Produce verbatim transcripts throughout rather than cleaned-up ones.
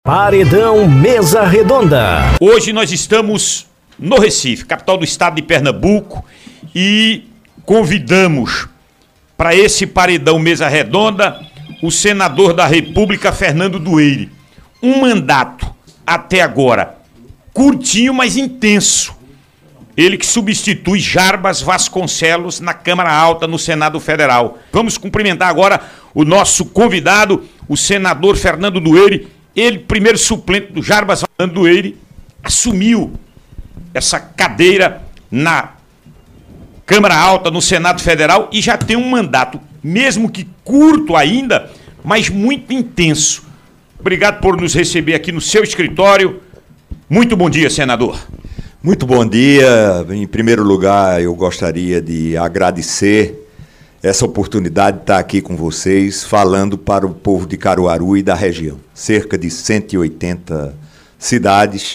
Paredão Mesa Redonda. Hoje nós estamos no Recife, capital do estado de Pernambuco, e convidamos para esse Paredão Mesa Redonda o senador da República, Fernando Dueire. Um mandato, até agora, curtinho, mas intenso. Ele que substitui Jarbas Vasconcelos na Câmara Alta, no Senado Federal. Vamos cumprimentar agora o nosso convidado, o senador Fernando Dueire. Ele, primeiro suplente do Jarbas Dueire, assumiu essa cadeira na Câmara Alta, no Senado Federal, e já tem um mandato, mesmo que curto ainda, mas muito intenso. Obrigado por nos receber aqui no seu escritório. Muito bom dia, senador. Muito bom dia. Em primeiro lugar, eu gostaria de agradecer essa oportunidade de estar aqui com vocês, falando para o povo de Caruaru e da região. Cerca de cento e oitenta cidades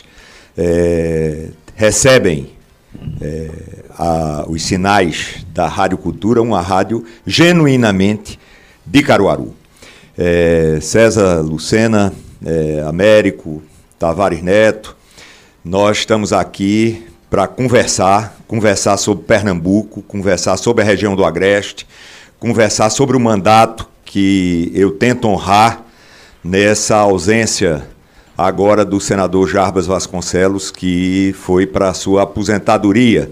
é, recebem é, a, os sinais da Rádio Cultura, uma rádio genuinamente de Caruaru. É, César Lucena, é, Américo, Tavares Neto, nós estamos aqui para conversar, conversar sobre Pernambuco, conversar sobre a região do Agreste, conversar sobre o mandato que eu tento honrar nessa ausência agora do senador Jarbas Vasconcelos, que foi para a sua aposentadoria.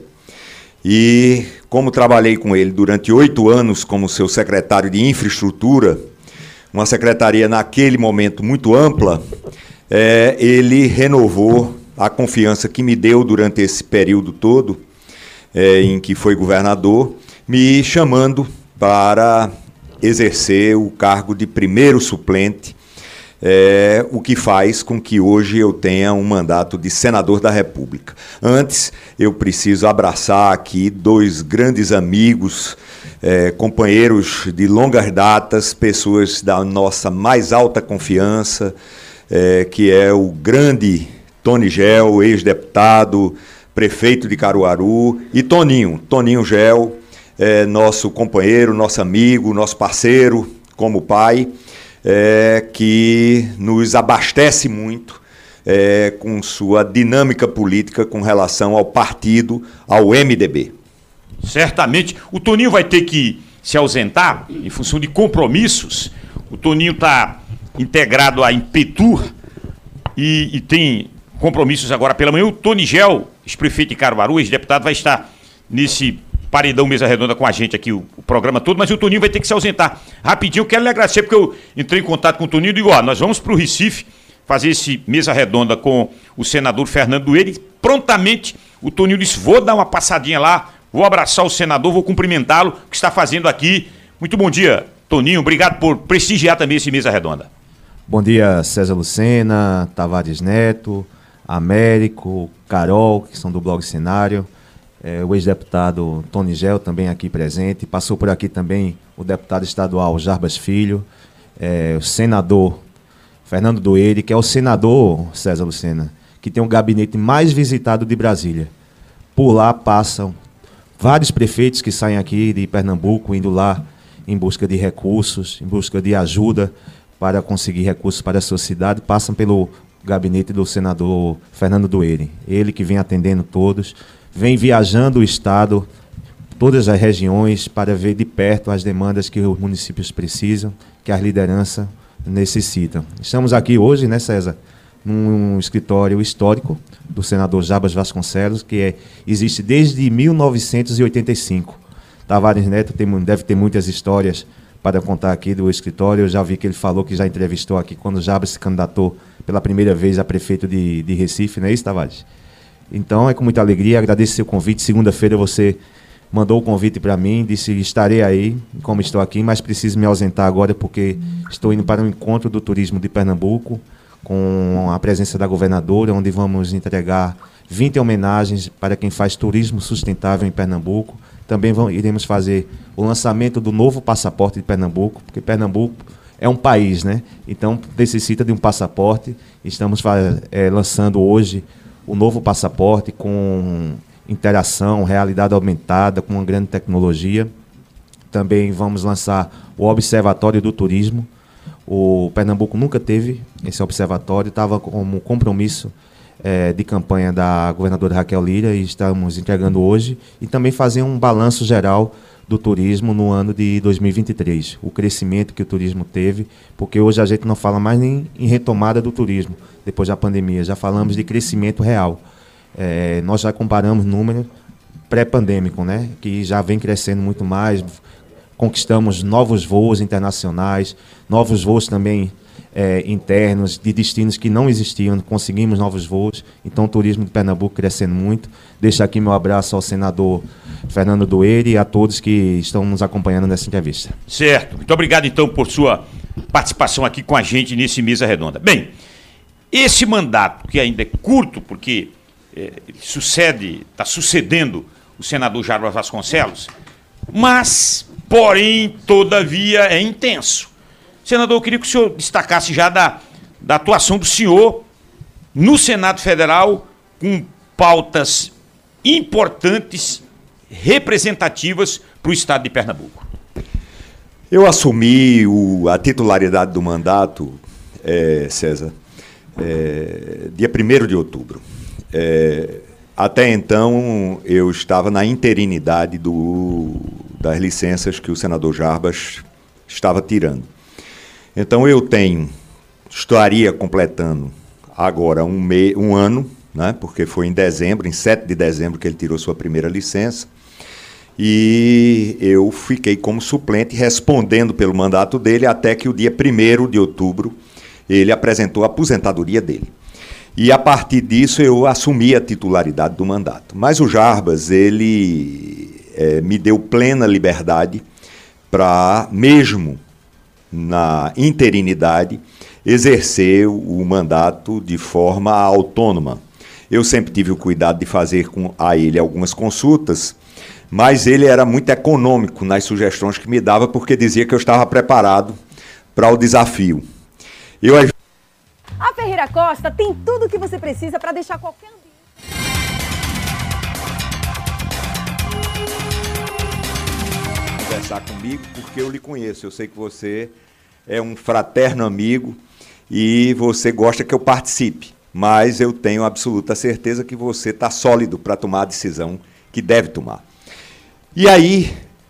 E como trabalhei com ele durante oito anos como seu secretário de infraestrutura, uma secretaria naquele momento muito ampla, é, ele renovou a confiança que me deu durante esse período todo, é, em que foi governador, me chamando para exercer o cargo de primeiro suplente, é, o que faz com que hoje eu tenha um mandato de senador da República. Antes, eu preciso abraçar aqui dois grandes amigos, é, companheiros de longas datas, pessoas da nossa mais alta confiança, é, que é o grande Tony Gel, ex-deputado, prefeito de Caruaru, e Toninho, Toninho Gel, é, nosso companheiro, nosso amigo, nosso parceiro, como pai, é, que nos abastece muito é, com sua dinâmica política com relação ao partido, ao M D B. Certamente. O Toninho vai ter que se ausentar em função de compromissos. O Toninho está integrado à Impetur e, e tem compromissos agora pela manhã. O Tony Gel, ex-prefeito de Caruaru, ex-deputado, vai estar nesse Paredão Mesa Redonda com a gente aqui, o, o programa todo, mas o Toninho vai ter que se ausentar. Rapidinho, eu quero lhe agradecer, porque eu entrei em contato com o Toninho e digo, ó, nós vamos para o Recife fazer esse Mesa Redonda com o senador Fernando Dueire. Prontamente, o Toninho disse, vou dar uma passadinha lá, vou abraçar o senador, vou cumprimentá-lo, o que está fazendo aqui. Muito bom dia, Toninho, obrigado por prestigiar também esse Mesa Redonda. Bom dia, César Lucena, Tavares Neto, Américo, Carol, que são do Blog Cenário, é, o ex-deputado Tony Gel também aqui presente, passou por aqui também o deputado estadual Jarbas Filho, é, o senador Fernando Dueire, que é o senador, César Lucena, que tem o gabinete mais visitado de Brasília. Por lá passam vários prefeitos que saem aqui de Pernambuco, indo lá em busca de recursos, em busca de ajuda para conseguir recursos para a sua cidade, passam pelo gabinete do senador Fernando Dueire. Ele que vem atendendo todos, vem viajando o estado, todas as regiões, para ver de perto as demandas que os municípios precisam, que as lideranças necessitam. Estamos aqui hoje, né, César, num escritório histórico do senador Jarbas Vasconcelos, que é, existe desde mil novecentos e oitenta e cinco. Tavares Neto tem, deve ter muitas histórias para contar aqui do escritório. Eu já vi que ele falou que já entrevistou aqui quando o Jarbas se candidatou pela primeira vez a prefeito de, de Recife, não é isso, Tavares? Então, é com muita alegria, agradeço seu convite. Segunda-feira você mandou o convite para mim, disse estarei aí, como estou aqui, mas preciso me ausentar agora porque estou indo para um encontro do turismo de Pernambuco, com a presença da governadora, onde vamos entregar vinte homenagens para quem faz turismo sustentável em Pernambuco. Também vamos, iremos fazer o lançamento do novo passaporte de Pernambuco, porque Pernambuco é um país, né? Então necessita de um passaporte. Estamos é, lançando hoje o novo passaporte com interação, realidade aumentada, com uma grande tecnologia. Também vamos lançar o Observatório do Turismo, O Pernambuco nunca teve esse observatório, estava como compromisso é, de campanha da governadora Raquel Lira e estamos entregando hoje, e também fazer um balanço geral do turismo no ano de dois mil e vinte e três, o crescimento que o turismo teve, porque hoje a gente não fala mais nem em retomada do turismo, depois da pandemia, já falamos de crescimento real. É, nós já comparamos números pré-pandêmicos, né, que já vem crescendo muito mais, conquistamos novos voos internacionais, novos voos também é, internos, de destinos que não existiam, conseguimos novos voos, então o turismo de Pernambuco crescendo muito. Deixo aqui meu abraço ao senador Fernando Doeire e a todos que estão nos acompanhando nessa entrevista. Certo, muito obrigado então por sua participação aqui com a gente nesse Mesa Redonda. Bem, esse mandato, que ainda é curto, porque é, sucede, está sucedendo o senador Jarbas Vasconcelos, mas, porém, todavia, é intenso. Senador, eu queria que o senhor destacasse já da, da atuação do senhor no Senado Federal com pautas importantes, representativas para o estado de Pernambuco. Eu assumi o, a titularidade do mandato, é, César, é, dia primeiro de outubro. É, até então, eu estava na interinidade do, das licenças que o senador Jarbas estava tirando. Então, eu tenho, estaria completando agora um, me, um ano, né, porque foi em dezembro, em sete de dezembro, que ele tirou sua primeira licença, e eu fiquei como suplente, respondendo pelo mandato dele, até que o dia primeiro de outubro ele apresentou a aposentadoria dele. E, a partir disso, eu assumi a titularidade do mandato. Mas o Jarbas, ele é, me deu plena liberdade para, mesmo na interinidade, exercer o mandato de forma autônoma. Eu sempre tive o cuidado de fazer com a ele algumas consultas, mas ele era muito econômico nas sugestões que me dava, porque dizia que eu estava preparado para o desafio. Eu... A Ferreira Costa tem tudo o que você precisa para deixar qualquer ambiente. Conversar comigo, porque eu lhe conheço. Eu sei que você é um fraterno amigo e você gosta que eu participe, mas eu tenho absoluta certeza que você está sólido para tomar a decisão que deve tomar. E aí,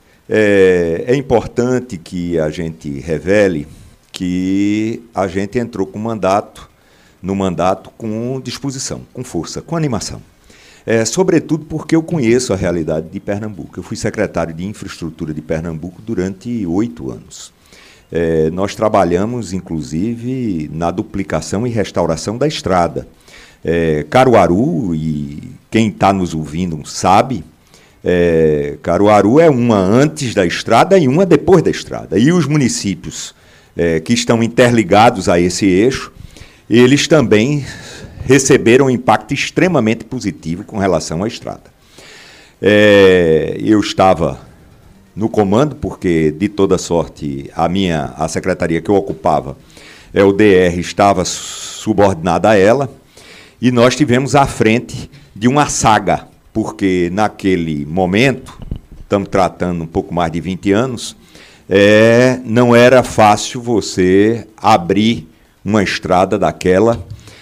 é, é importante que a gente revele que a gente entrou com mandato, no mandato com disposição, com força, com animação. É, sobretudo porque eu conheço a realidade de Pernambuco. Eu fui secretário de Infraestrutura de Pernambuco durante oito anos. É, nós trabalhamos, inclusive, na duplicação e restauração da estrada. É, Caruaru, e quem está nos ouvindo sabe, é, Caruaru é uma antes da estrada e uma depois da estrada. E os municípios é, que estão interligados a esse eixo, eles também receberam um impacto extremamente positivo com relação à estrada. É, eu estava no comando, porque, de toda sorte, a minha, a secretaria que eu ocupava, é, o D R, estava subordinada a ela, e nós tivemos à frente de uma saga, porque naquele momento, estamos tratando um pouco mais de vinte anos, é, não era fácil você abrir uma estrada daquela,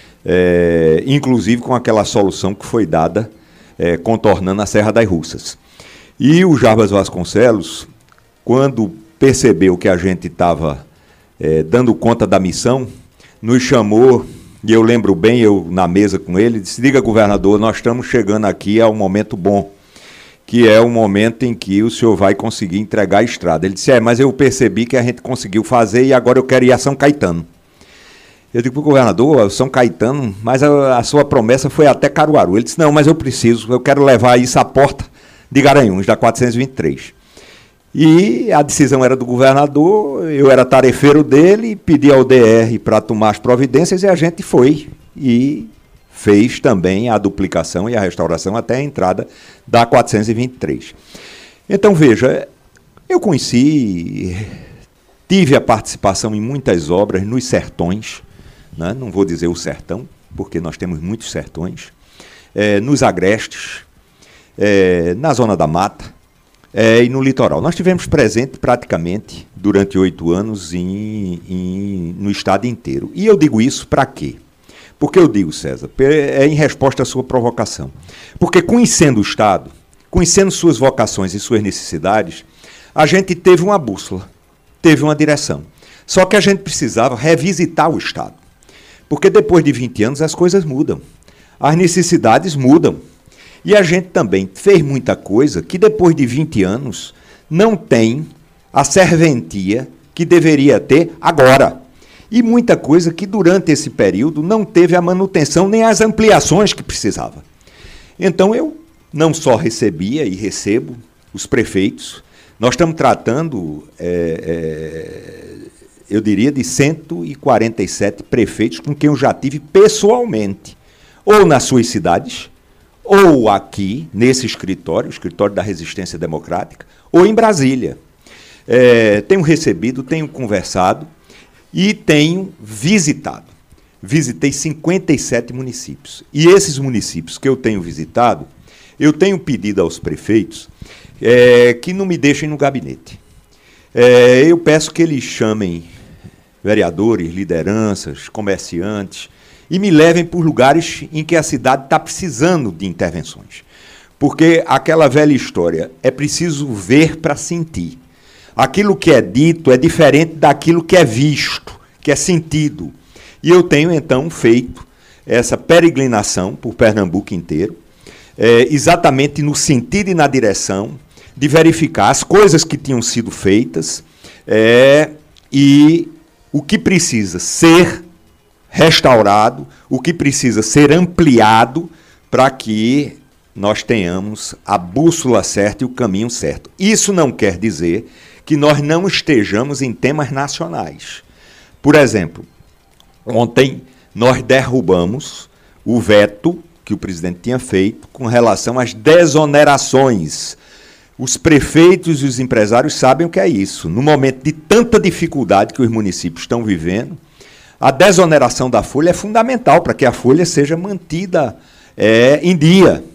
é, inclusive com aquela solução que foi dada, é, contornando a Serra das Russas. E o Jarbas Vasconcelos, quando percebeu que a gente estava é, dando conta da missão, nos chamou, e eu lembro bem, eu na mesa com ele, disse: diga, governador, nós estamos chegando aqui a um momento bom, que é o momento em que o senhor vai conseguir entregar a estrada. Ele disse: é, mas eu percebi que a gente conseguiu fazer e agora eu quero ir a São Caetano. Eu digo para o governador: São Caetano, mas a, a sua promessa foi até Caruaru. Ele disse: não, mas eu preciso, eu quero levar isso à porta de Garanhuns, da quatrocentos e vinte e três. E a decisão era do governador, eu era tarefeiro dele, pedi ao D R para tomar as providências e a gente foi e fez também a duplicação e a restauração até a entrada da quatrocentos e vinte e três. Então, veja, eu conheci, tive a participação em muitas obras nos sertões, né? Não vou dizer o sertão, porque nós temos muitos sertões, é, nos agrestes, É, na Zona da Mata, é, e no litoral. Nós tivemos presente praticamente durante oito anos em, em, no estado inteiro. E eu digo isso para quê? Por que eu digo, César? É em resposta à sua provocação. Porque conhecendo o Estado, conhecendo suas vocações e suas necessidades, a gente teve uma bússola, teve uma direção. Só que a gente precisava revisitar o Estado. Porque depois de vinte anos as coisas mudam. As necessidades mudam. E a gente também fez muita coisa que depois de vinte anos não tem a serventia que deveria ter agora. E muita coisa que durante esse período não teve a manutenção nem as ampliações que precisava. Então eu não só recebia e recebo os prefeitos, nós estamos tratando, é, é, eu diria, de cento e quarenta e sete prefeitos com quem eu já tive pessoalmente, ou nas suas cidades, ou aqui, nesse escritório, o escritório da Resistência Democrática, ou em Brasília. É, tenho recebido, tenho conversado e tenho visitado. Visitei cinquenta e sete municípios. E esses municípios que eu tenho visitado, eu tenho pedido aos prefeitos é, que não me deixem no gabinete. É, eu peço que eles chamem vereadores, lideranças, comerciantes, e me levem por lugares em que a cidade está precisando de intervenções. Porque aquela velha história, é preciso ver para sentir. Aquilo que é dito é diferente daquilo que é visto, que é sentido. E eu tenho, então, feito essa peregrinação por Pernambuco inteiro, é, exatamente no sentido e na direção de verificar as coisas que tinham sido feitas é, e o que precisa ser restaurado, o que precisa ser ampliado para que nós tenhamos a bússola certa e o caminho certo. Isso não quer dizer que nós não estejamos em temas nacionais. Por exemplo, ontem nós derrubamos o veto que o presidente tinha feito com relação às desonerações. Os prefeitos e os empresários sabem o que é isso. No momento de tanta dificuldade que os municípios estão vivendo, a desoneração da folha é fundamental para que a folha seja mantida é, em dia,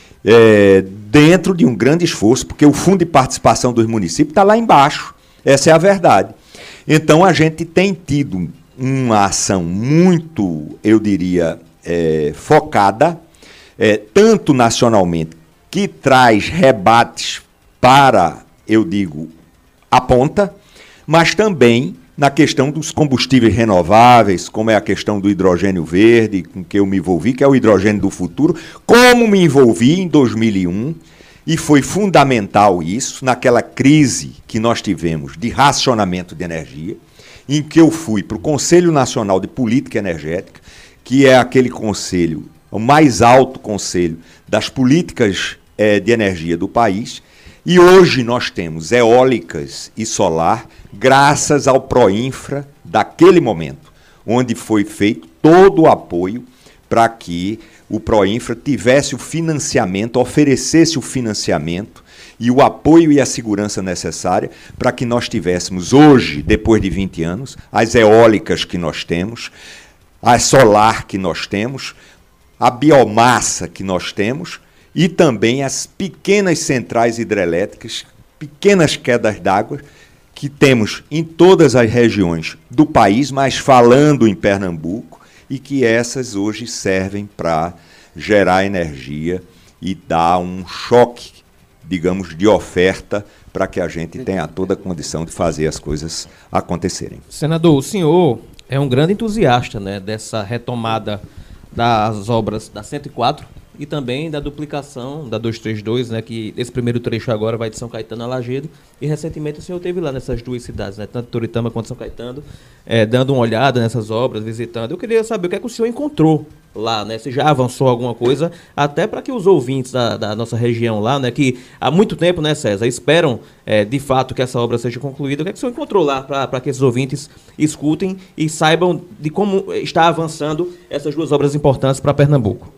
é, dentro de um grande esforço, porque o fundo de participação dos municípios está lá embaixo. Essa é a verdade. Então, a gente tem tido uma ação muito, eu diria, é, focada, é, tanto nacionalmente, que traz rebates para, eu digo, a ponta, mas também na questão dos combustíveis renováveis, como é a questão do hidrogênio verde, com que eu me envolvi, que é o hidrogênio do futuro, como me envolvi em dois mil e um, e foi fundamental isso, naquela crise que nós tivemos de racionamento de energia, em que eu fui para o Conselho Nacional de Política Energética, que é aquele conselho, o mais alto conselho das políticas eh, de energia do país, e hoje nós temos eólicas e solar, graças ao Proinfra daquele momento, onde foi feito todo o apoio para que o Proinfra tivesse o financiamento, oferecesse o financiamento e o apoio e a segurança necessária para que nós tivéssemos hoje, depois de vinte anos, as eólicas que nós temos, a solar que nós temos, a biomassa que nós temos, e também as pequenas centrais hidrelétricas, pequenas quedas d'água, que temos em todas as regiões do país, mas falando em Pernambuco, e que essas hoje servem para gerar energia e dar um choque, digamos, de oferta para que a gente tenha toda a condição de fazer as coisas acontecerem. Senador, o senhor é um grande entusiasta, né, dessa retomada das obras da cento e quatro e também da duplicação da duzentos e trinta e dois, né, que esse primeiro trecho agora vai de São Caetano a Lajedo, e recentemente o senhor esteve lá nessas duas cidades, né, tanto Toritama quanto São Caetano, é, dando uma olhada nessas obras, visitando. Eu queria saber o que é que o senhor encontrou lá, né, se já avançou alguma coisa, até para que os ouvintes da, da nossa região lá, né, que há muito tempo, né, César, esperam é, de fato que essa obra seja concluída. O que é que o senhor encontrou lá para que esses ouvintes escutem e saibam de como está avançando essas duas obras importantes para Pernambuco?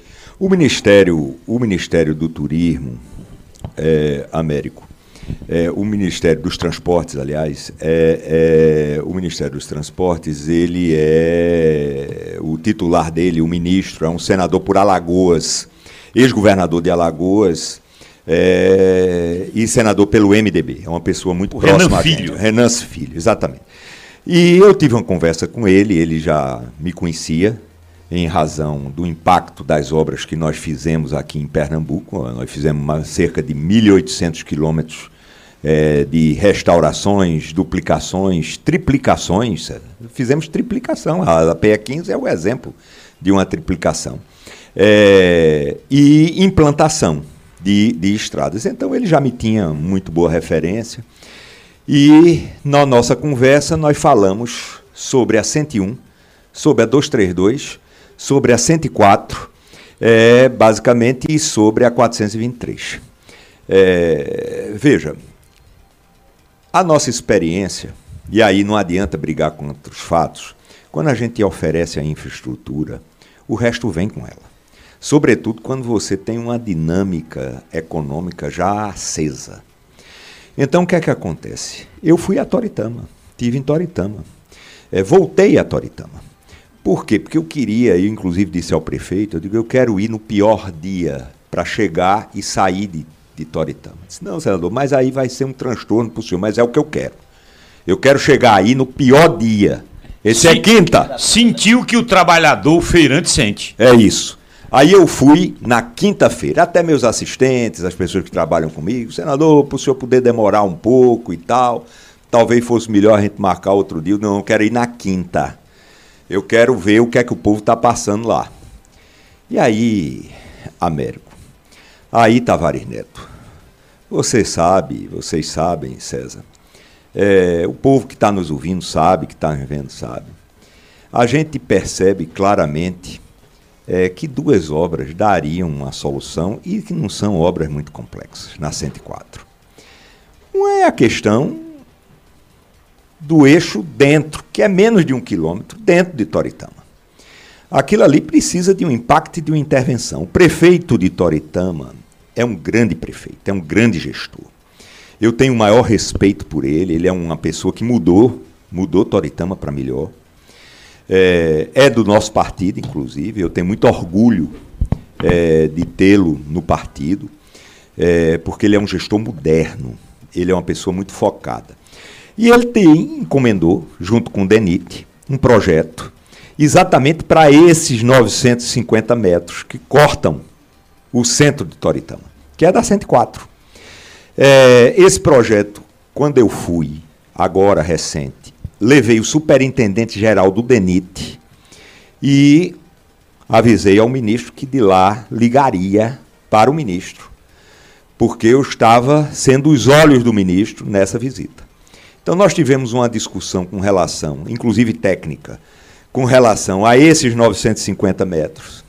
O Ministério, o Ministério do Turismo, é, Américo, é, o Ministério dos Transportes, aliás, é, é, o Ministério dos Transportes, ele é, o titular dele, o ministro, é um senador por Alagoas, ex-governador de Alagoas, é, e senador pelo M D B. É uma pessoa muito o próxima Renan a gente. Filho. Renan Filho, exatamente. E eu tive uma conversa com ele, ele já me conhecia, em razão do impacto das obras que nós fizemos aqui em Pernambuco. Nós fizemos uma, cerca de mil e oitocentos quilômetros é, de restaurações, duplicações, triplicações. Fizemos triplicação. A P E quinze é o exemplo de uma triplicação. É, e implantação de, de estradas. Então, ele já me tinha muito boa referência. E, na nossa conversa, nós falamos sobre a cento e um, sobre a duzentos e trinta e dois, sobre a cento e quatro, é, basicamente, e sobre a quatrocentos e vinte e três. É, veja, a nossa experiência, e aí não adianta brigar contra os fatos, quando a gente oferece a infraestrutura, o resto vem com ela. Sobretudo quando você tem uma dinâmica econômica já acesa. Então, o que é que acontece? Eu fui a Toritama, estive em Toritama, é, voltei a Toritama. Por quê? Porque eu queria, eu inclusive disse ao prefeito, eu digo, eu quero ir no pior dia para chegar e sair de, de Toritama. Eu disse, não, senador, mas aí vai ser um transtorno para o senhor, mas é o que eu quero. Eu quero chegar aí no pior dia. Esse é quinta. Sentiu que o trabalhador, o feirante, sente. É isso. Aí eu fui na quinta-feira, até meus assistentes, as pessoas que trabalham comigo, senador, para o senhor poder demorar um pouco e tal, talvez fosse melhor a gente marcar outro dia. Não, eu quero ir na quinta. Eu quero ver o que é que o povo está passando lá. E aí, Américo, aí Tavares Neto, você sabe, vocês sabem, César, é, o povo que está nos ouvindo sabe, que está nos vendo sabe, a gente percebe claramente é, que duas obras dariam uma solução e que não são obras muito complexas, na cento e quatro. Uma é a questão do eixo dentro, que é menos de um quilômetro, dentro de Toritama. Aquilo ali precisa de um impacto e de uma intervenção. O prefeito de Toritama é um grande prefeito, é um grande gestor. Eu tenho o maior respeito por ele, ele é uma pessoa que mudou, mudou Toritama para melhor. É, é do nosso partido, inclusive, eu tenho muito orgulho é, de tê-lo no partido, é, porque ele é um gestor moderno, ele é uma pessoa muito focada. E ele tem, encomendou, junto com o DENIT, um projeto exatamente para esses novecentos e cinquenta metros que cortam o centro de Toritama, que é da cento e quatro. É, esse projeto, quando eu fui, agora recente, levei o superintendente-geral do DENIT e avisei ao ministro que de lá ligaria para o ministro, porque eu estava sendo os olhos do ministro nessa visita. Então, nós tivemos uma discussão com relação, inclusive técnica, com relação a esses novecentos e cinquenta metros,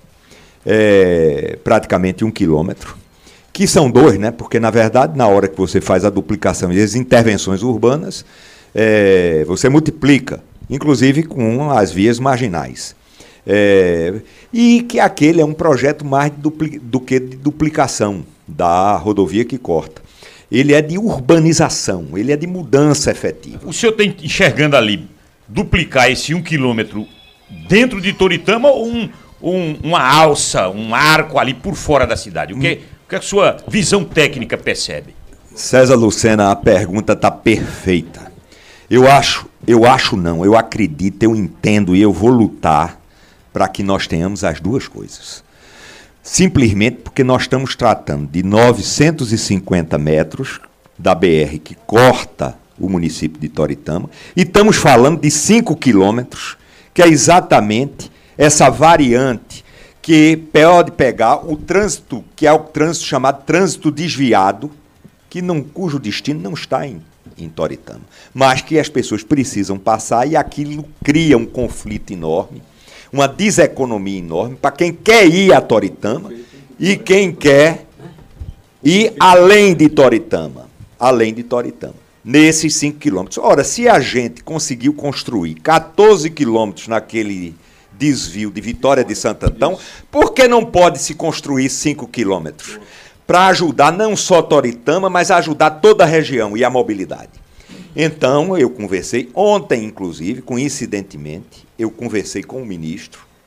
é, praticamente um quilômetro, que são dois, né? Porque, na verdade, na hora que você faz a duplicação e as intervenções urbanas, é, você multiplica, inclusive com as vias marginais. É, e que aquele é um projeto mais de dupli, do que de duplicação da rodovia que corta. Ele é de urbanização, ele é de mudança efetiva. O senhor está enxergando ali duplicar esse um quilômetro dentro de Toritama ou um, um, uma alça, um arco ali por fora da cidade? O que, o que a sua visão técnica percebe? César Lucena, a pergunta está perfeita. Eu acho, eu acho não, eu acredito, eu entendo e eu vou lutar para que nós tenhamos as duas coisas. Simplesmente porque nós estamos tratando de novecentos e cinquenta metros da B R que corta o município de Toritama e estamos falando de cinco quilômetros, que é exatamente essa variante que pode pegar o trânsito, que é o trânsito chamado trânsito desviado, que não, cujo destino não está em, em Toritama, mas que as pessoas precisam passar e aquilo cria um conflito enorme, uma deseconomia enorme para quem quer ir a Toritama e quem quer ir além de Toritama, além de Toritama, nesses cinco quilômetros. Ora, se a gente conseguiu construir quatorze quilômetros naquele desvio de Vitória de Santo Antão, por que não pode se construir cinco quilômetros? Para ajudar não só Toritama, mas ajudar toda a região e a mobilidade. Então, eu conversei, ontem, inclusive, coincidentemente, eu conversei com o ministro,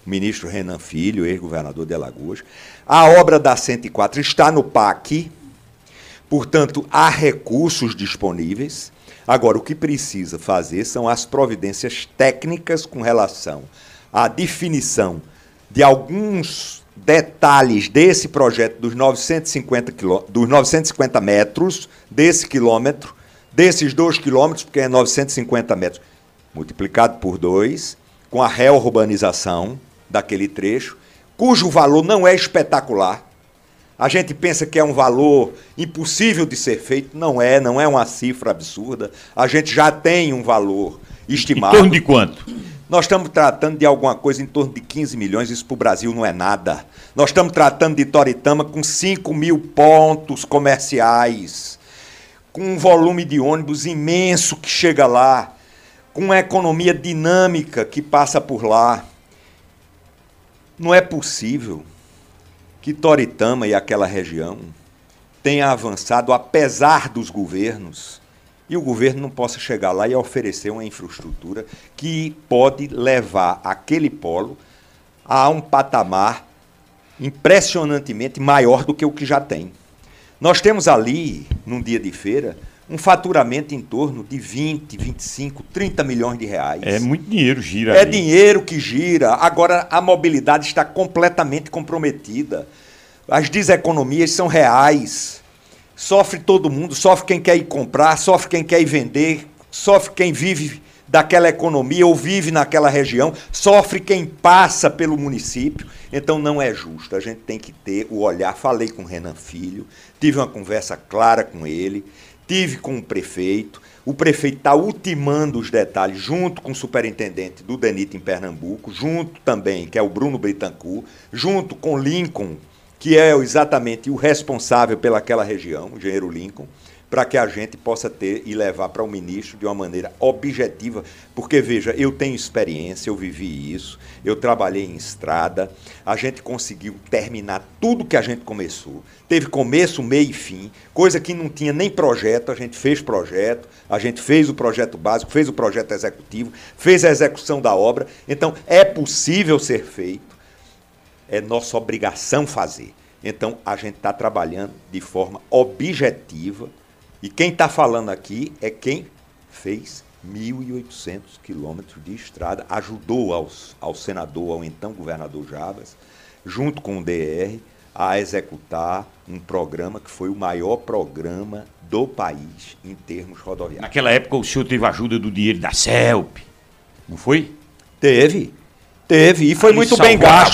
o ministro Renan Filho, ex-governador de Alagoas. A obra da cento e quatro está no P A C, portanto, há recursos disponíveis. Agora, o que precisa fazer são as providências técnicas com relação à definição de alguns detalhes desse projeto dos novecentos e cinquenta, quilô, dos novecentos e cinquenta metros, desse quilômetro, desses dois quilômetros, porque é novecentos e cinquenta metros, multiplicado por dois, com a reurbanização daquele trecho, cujo valor não é espetacular. A gente pensa que é um valor impossível de ser feito. Não é, não é uma cifra absurda. A gente já tem um valor estimado. Em torno de quanto? Nós estamos tratando de alguma coisa em torno de quinze milhões, isso para o Brasil não é nada. Nós estamos tratando de Toritama com cinco mil pontos comerciais, com um volume de ônibus imenso que chega lá, com uma economia dinâmica que passa por lá. Não é possível que Toritama e aquela região tenha avançado apesar dos governos e o governo não possa chegar lá e oferecer uma infraestrutura que pode levar aquele polo a um patamar impressionantemente maior do que o que já tem. Nós temos ali, num dia de feira, um faturamento em torno de vinte, vinte e cinco, trinta milhões de reais. É muito dinheiro, gira. É ali. dinheiro que gira. Agora, a mobilidade está completamente comprometida. As deseconomias são reais. Sofre todo mundo, sofre quem quer ir comprar, sofre quem quer ir vender, sofre quem vive daquela economia ou vive naquela região, sofre quem passa pelo município. Então não é justo. A gente tem que ter o olhar. Falei com o Renan Filho, tive uma conversa clara com ele, tive com o prefeito. O prefeito está ultimando os detalhes junto com o superintendente do DENIT em Pernambuco, junto também, que é o Bruno Britancourt, junto com Lincoln, que é exatamente o responsável pelaquela região, o engenheiro Lincoln, para que a gente possa ter e levar para o ministro de uma maneira objetiva, porque, veja, eu tenho experiência, eu vivi isso, eu trabalhei em estrada, a gente conseguiu terminar tudo que a gente começou, teve começo, meio e fim, coisa que não tinha nem projeto, a gente fez projeto, a gente fez o projeto básico, fez o projeto executivo, fez a execução da obra, então é possível ser feito, é nossa obrigação fazer. Então, a gente está trabalhando de forma objetiva. E quem está falando aqui é quem fez mil e oitocentos quilômetros de estrada, ajudou aos, ao senador, ao então governador Jarbas, junto com o D R, a executar um programa que foi o maior programa do país em termos rodoviários. Naquela época o senhor teve ajuda do dinheiro da CELP, não foi? Teve, teve, e foi Aí muito bem gasto.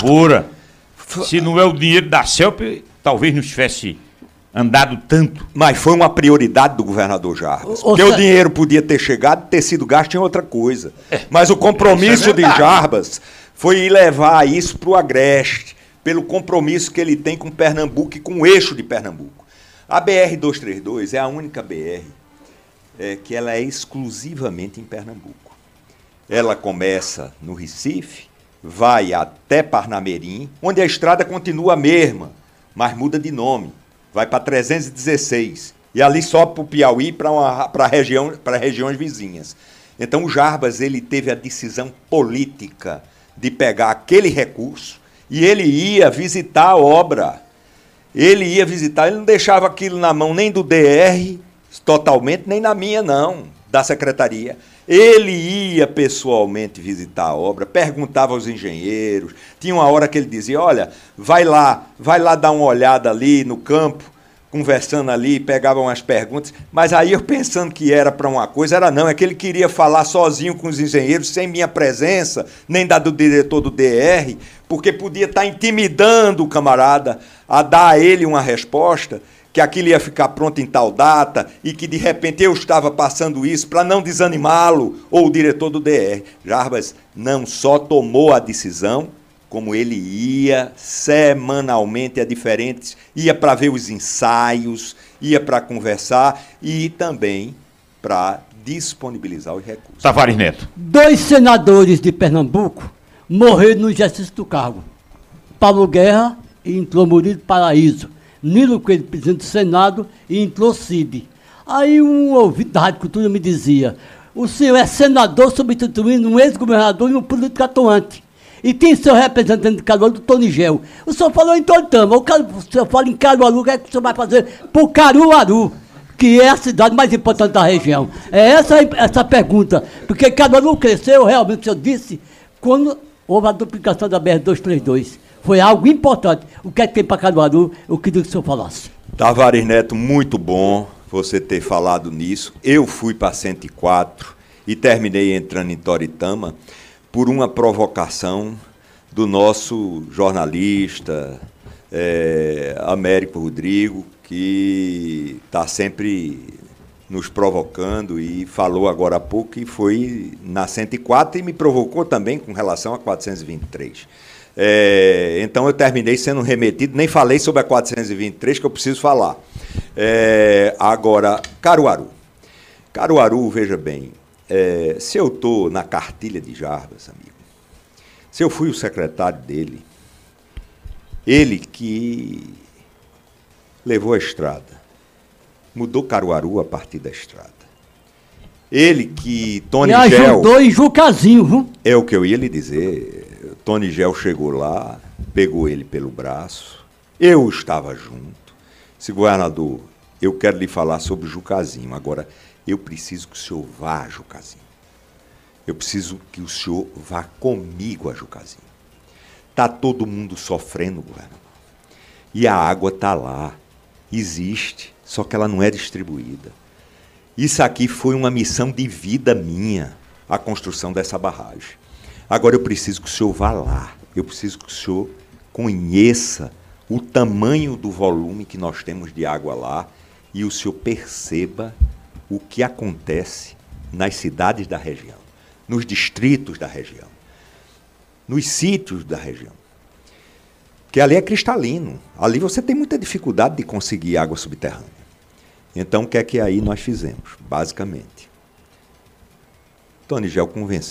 Se não é o dinheiro da CELP, talvez não tivesse andado tanto. Mas foi uma prioridade do governador Jarbas. Porque o dinheiro podia ter chegado, ter sido gasto em outra coisa. É, Mas o compromisso é de Jarbas foi levar isso para o Agreste, pelo compromisso que ele tem com Pernambuco e com o eixo de Pernambuco. A B R duzentos e trinta e dois é a única B R é, que ela é exclusivamente em Pernambuco. Ela começa no Recife, vai até Parnamirim, onde a estrada continua a mesma, mas muda de nome. Vai para trezentos e dezesseis, e ali sobe para o Piauí, para região, para regiões vizinhas. Então o Jarbas ele teve a decisão política de pegar aquele recurso e ele ia visitar a obra. Ele ia visitar, ele não deixava aquilo na mão nem do D R, totalmente, nem na minha não, da secretaria. Ele ia pessoalmente visitar a obra, perguntava aos engenheiros, tinha uma hora que ele dizia, olha, vai lá, vai lá dar uma olhada ali no campo, conversando ali, pegava umas perguntas, mas aí eu pensando que era para uma coisa, era não, é que ele queria falar sozinho com os engenheiros, sem minha presença, nem da do diretor do D R, porque podia estar intimidando o camarada a dar a ele uma resposta, que aquilo ia ficar pronto em tal data e que de repente eu estava passando isso para não desanimá-lo, ou o diretor do D R. Jarbas não só tomou a decisão, como ele ia semanalmente a diferentes, ia para ver os ensaios, ia para conversar e também para disponibilizar os recursos. Tavares Neto. Dois senadores de Pernambuco morreram no exercício do cargo. Paulo Guerra e entrou Murilo Paraíso. Nilo Coelho, presidente do Senado, e entrou Cid. Aí um ouvido da Rádio Cultura me dizia, o senhor é senador substituindo um ex-governador e um político atuante. E tem seu representante de Caruaru, o Tonigel. O senhor falou em Toritama, o, cara, o senhor fala em Caruaru, o que é que o senhor vai fazer por Caruaru, que é a cidade mais importante da região? É essa, essa pergunta, porque Caruaru cresceu, realmente, o senhor disse, quando houve a duplicação da B R duzentos e trinta e dois. Foi algo importante. O que é que tem para Caruaru? Eu queria que o senhor falasse. Tavares Neto, muito bom você ter falado nisso. Eu fui para cento e quatro e terminei entrando em Toritama por uma provocação do nosso jornalista, é, Américo Rodrigo, que está sempre nos provocando e falou agora há pouco que foi na cento e quatro e me provocou também com relação a quatrocentos e vinte e três. É, então eu terminei sendo remetido, nem falei sobre a quatrocentos e vinte e três, que eu preciso falar. É, agora, Caruaru. Caruaru, veja bem, é, se eu estou na cartilha de Jarbas, amigo, se eu fui o secretário dele, ele que levou a estrada, mudou Caruaru a partir da estrada. Ele que, Tony Me Gel... ajudou em Jucazinho, viu? É o que eu ia lhe dizer. Tony Gel chegou lá, pegou ele pelo braço, eu estava junto. Disse, governador, eu quero lhe falar sobre o Jucazinho. Agora, eu preciso que o senhor vá a Jucazinho. Eu preciso que o senhor vá comigo a Jucazinho. Está todo mundo sofrendo, governador. E a água está lá, existe, só que ela não é distribuída. Isso aqui foi uma missão de vida minha, a construção dessa barragem. Agora eu preciso que o senhor vá lá, eu preciso que o senhor conheça o tamanho do volume que nós temos de água lá e o senhor perceba o que acontece nas cidades da região, nos distritos da região, nos sítios da região. Porque ali é cristalino, ali você tem muita dificuldade de conseguir água subterrânea. Então, o que é que aí nós fizemos, basicamente? Tony Gel convenceu.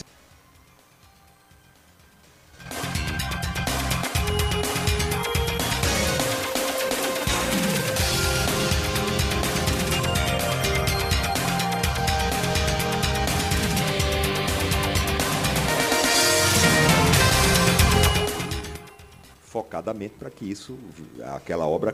Focadamente para que isso, aquela obra...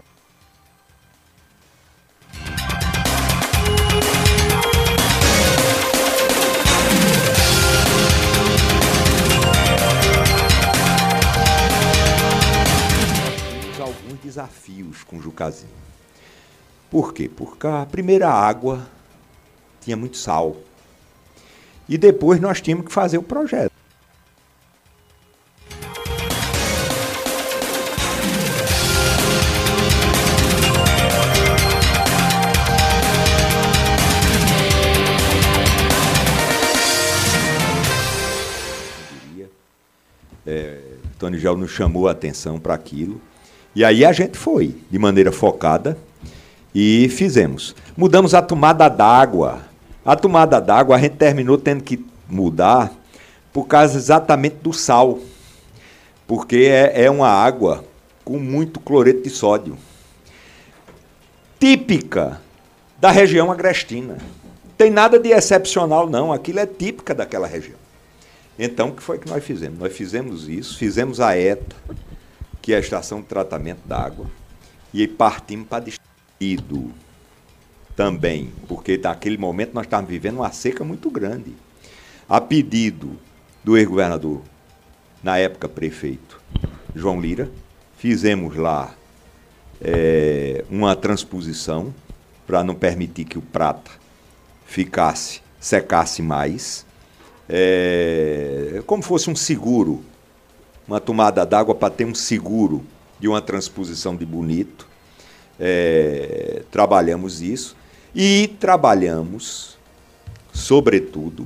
alguns desafios com o Jucazinho. Por quê? Porque a primeira água tinha muito sal. E depois nós tínhamos que fazer o projeto. É, Tony Gel nos chamou a atenção para aquilo. E aí a gente foi, de maneira focada, e fizemos. Mudamos a tomada d'água. A tomada d'água a gente terminou tendo que mudar por causa exatamente do sal. Porque é, é uma água com muito cloreto de sódio. Típica da região agrestina. Não tem nada de excepcional, não. Aquilo é típica daquela região. Então, o que foi que nós fizemos? Nós fizemos isso, fizemos a ETA, que é a estação de tratamento da água, e aí partimos para distribuído também, porque naquele momento nós estávamos vivendo uma seca muito grande. A pedido do ex-governador, na época prefeito, João Lira, fizemos lá é, uma transposição para não permitir que o prata ficasse, secasse mais, é, como fosse um seguro, uma tomada d'água para ter um seguro de uma transposição de Bonito. É, trabalhamos isso e trabalhamos, sobretudo,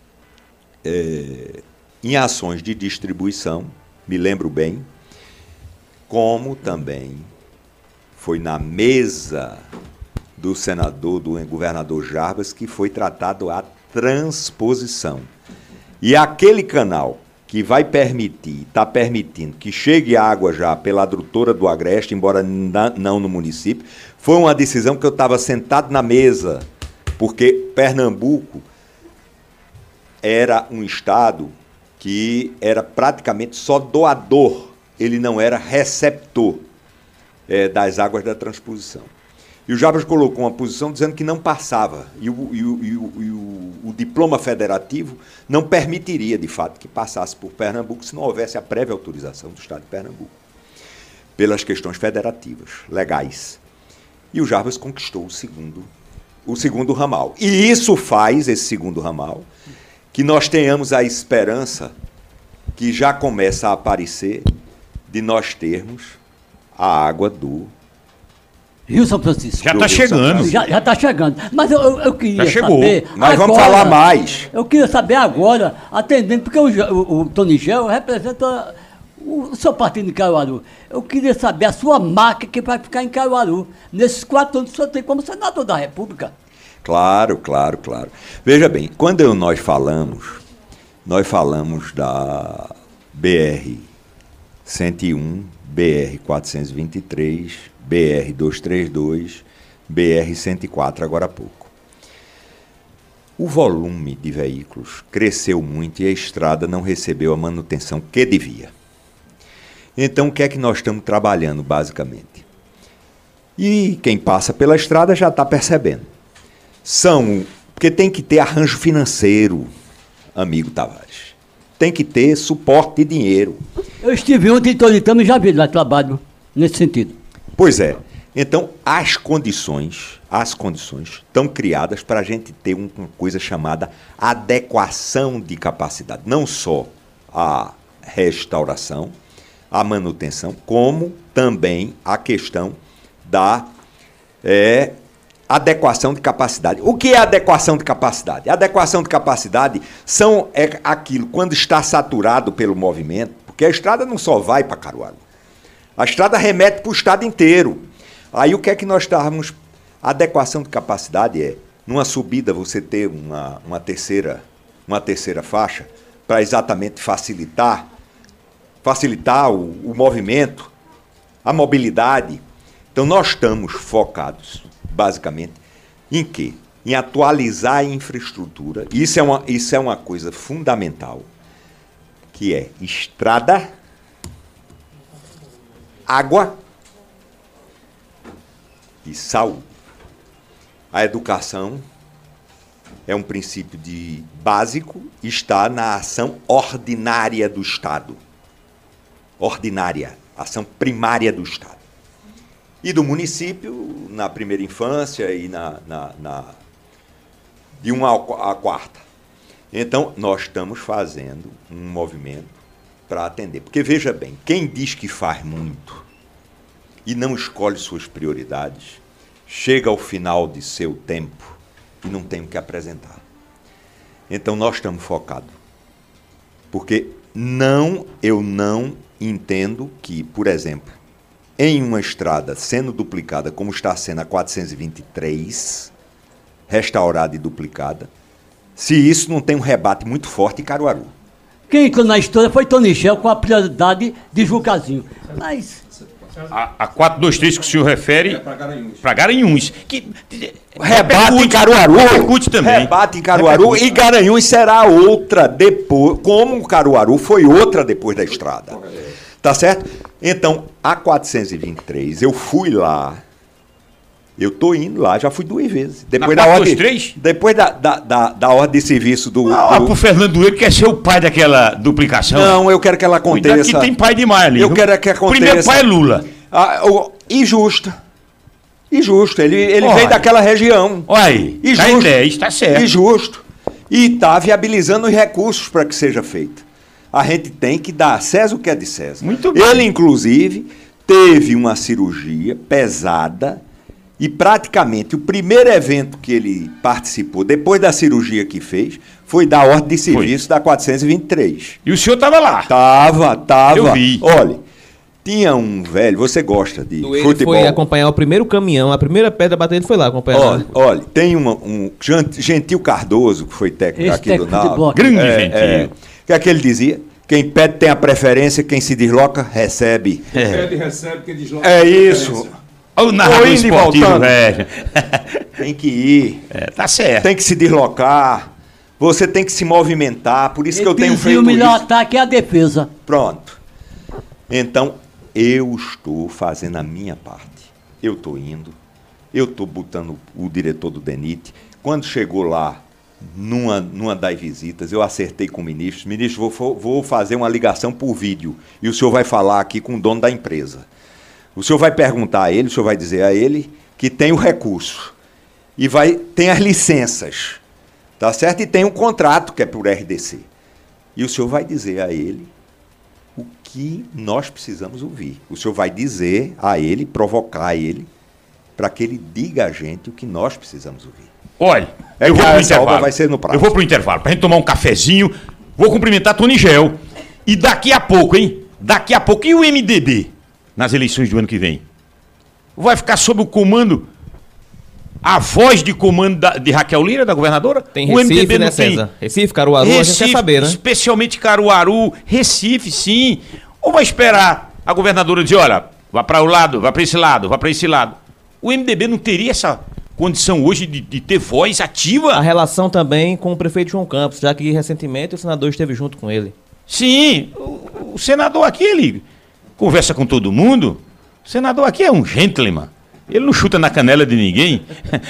é, em ações de distribuição, me lembro bem, como também foi na mesa do senador, do governador Jarbas, que foi tratado a transposição. E aquele canal que vai permitir, está permitindo que chegue água já pela adutora do Agreste, embora não no município, foi uma decisão que eu estava sentado na mesa, porque Pernambuco era um estado que era praticamente só doador, ele não era receptor é, das águas da transposição. E o Jarbas colocou uma posição dizendo que não passava, e o, e o, e o, e o, o diploma federativo não permitiria, de fato, que passasse por Pernambuco se não houvesse a prévia autorização do Estado de Pernambuco, pelas questões federativas, legais. E o Jarbas conquistou o segundo, o segundo ramal. E isso faz, esse segundo ramal, que nós tenhamos a esperança que já começa a aparecer de nós termos a água do Rio São Francisco. Já está chegando. Já está chegando. Mas eu, eu, eu queria Já chegou. saber... Mas agora, vamos falar mais. Eu queria saber agora, atendendo, porque o, o, o Tony Gel representa o, o seu partido em Caruaru. Eu queria saber a sua marca que vai ficar em Caruaru. Nesses quatro anos que o senhor tem como senador da República. Claro, claro, claro. Veja bem, quando nós falamos, nós falamos da B R cento e um, B R quatrocentos e vinte e três, B R duzentos e trinta e dois, B R cento e quatro, agora há pouco. O volume de veículos cresceu muito e a estrada não recebeu a manutenção que devia. Então, o que é que nós estamos trabalhando, basicamente? E quem passa pela estrada já está percebendo. São, porque tem que ter arranjo financeiro, amigo Tavares. Tem que ter suporte de dinheiro. Eu estive ontem em Toritama e já vi lá trabalho nesse sentido. Pois é. Então, as condições, as condições estão criadas para a gente ter uma coisa chamada adequação de capacidade. Não só a restauração, a manutenção, como também a questão da é, adequação de capacidade. O que é adequação de capacidade? Adequação de capacidade são é aquilo quando está saturado pelo movimento, porque a estrada não só vai para Caruaru. A estrada remete para o estado inteiro. Aí o que é que nós estávamos... Adequação de capacidade é, numa subida, você ter uma, uma, terceira, uma terceira faixa para exatamente facilitar, facilitar o, o movimento, a mobilidade. Então, nós estamos focados, basicamente, em quê? Em atualizar a infraestrutura. Isso é uma, isso é uma coisa fundamental, que é estrada, água e saúde. A educação é um princípio de básico, está na ação ordinária do Estado. Ordinária, ação primária do Estado. E do município, na primeira infância e na, na, na de uma à quarta. Então, nós estamos fazendo um movimento para atender. Porque, veja bem, quem diz que faz muito e não escolhe suas prioridades, chega ao final de seu tempo e não tem o que apresentar. Então, nós estamos focados. Porque não, eu não entendo que, por exemplo, em uma estrada sendo duplicada, como está sendo a quatrocentos e vinte e três, restaurada e duplicada, se isso não tem um rebate muito forte em Caruaru. Quem entrou na história foi Tony Gel com a prioridade de Jucazinho. Mas... A, a quatrocentos e vinte e três que o senhor refere... Para Garanhuns. Que, rebate em Caruaru. Repercute também. Rebate em Caruaru. Repercute. E Garanhuns será outra depois, como o Caruaru foi outra depois da estrada. Tá certo? Então, a quatrocentos e vinte e três, eu fui lá, eu tô indo lá, já fui duas vezes. Depois Na da quatrocentos e ordem, vinte e três? Depois da, da, da, da ordem de serviço do... Ah, do... pro Fernando Dueiro quer ser o pai daquela duplicação. Não, eu quero que ela Cuidado aconteça. que tem pai demais ali. Eu viu? quero que aconteça. Primeiro pai é Lula. Ah, o... E justo. E justo. Ele, ele Olha. veio daquela região. Olha aí, E tá em justo. dez, tá certo. E justo. E está viabilizando os recursos para que seja feito. A gente tem que dar a César o que é de César. Muito bem. Ele, inclusive, teve uma cirurgia pesada e praticamente o primeiro evento que ele participou, depois da cirurgia que fez, foi da ordem de serviço da quatrocentos e vinte e três. E o senhor estava lá. Tava, tava. Eu vi. Olha, tinha um velho, você gosta de Ele futebol. foi acompanhar o primeiro caminhão, a primeira pedra batendo foi lá acompanhar. Olha, olha, tem uma, um Gentil Cardoso, que foi técnico Esse aqui técnico do de Náutico. bloco. Grande É, Gentil. é. O que é que ele dizia? Quem pede tem a preferência, quem se desloca, recebe. Pede, recebe, quem desloca. É tem isso. preferência. Olha o narrador Tô indo e esportivo, voltando. velho. Tem que ir, É, tá certo. tem que se deslocar. Você tem que se movimentar, por isso Ele que eu tenho dizia, feito o melhor isso. ataque é a defesa. Pronto. Então, eu estou fazendo a minha parte. Eu estou indo, eu estou botando o diretor do D E N I T. Quando chegou lá, numa, numa das visitas, eu acertei com o ministro. Ministro, vou, vou fazer uma ligação por vídeo e o senhor vai falar aqui com o dono da empresa. O senhor vai perguntar a ele, o senhor vai dizer a ele que tem o recurso e vai, tem as licenças, tá certo? E tem um contrato que é por R D C. E o senhor vai dizer a ele o que nós precisamos ouvir. O senhor vai dizer a ele, provocar ele, para que ele diga a gente o que nós precisamos ouvir. Olha, É eu que vou pro essa obra intervalo. vai ser no prazo. Eu vou pro intervalo, pra gente tomar um cafezinho. Vou cumprimentar Tony Gel. E daqui a pouco, hein? Daqui a pouco. E o M D B nas eleições do ano que vem? Vai ficar sob o comando, a voz de comando da, de Raquel Lira, da governadora? Tem o Recife, M D B né, não tem. César? Recife, Caruaru, a gente quer saber, né? Especialmente Caruaru, Recife, sim. Ou vai esperar a governadora dizer, olha, vá para o lado, vá para esse lado, vá para esse lado. O M D B não teria essa condição hoje de, de ter voz ativa? A relação também com o prefeito João Campos, já que recentemente o senador esteve junto com ele. Sim, o, o senador aqui, ele conversa com todo mundo. O senador aqui é um gentleman. Ele não chuta na canela de ninguém.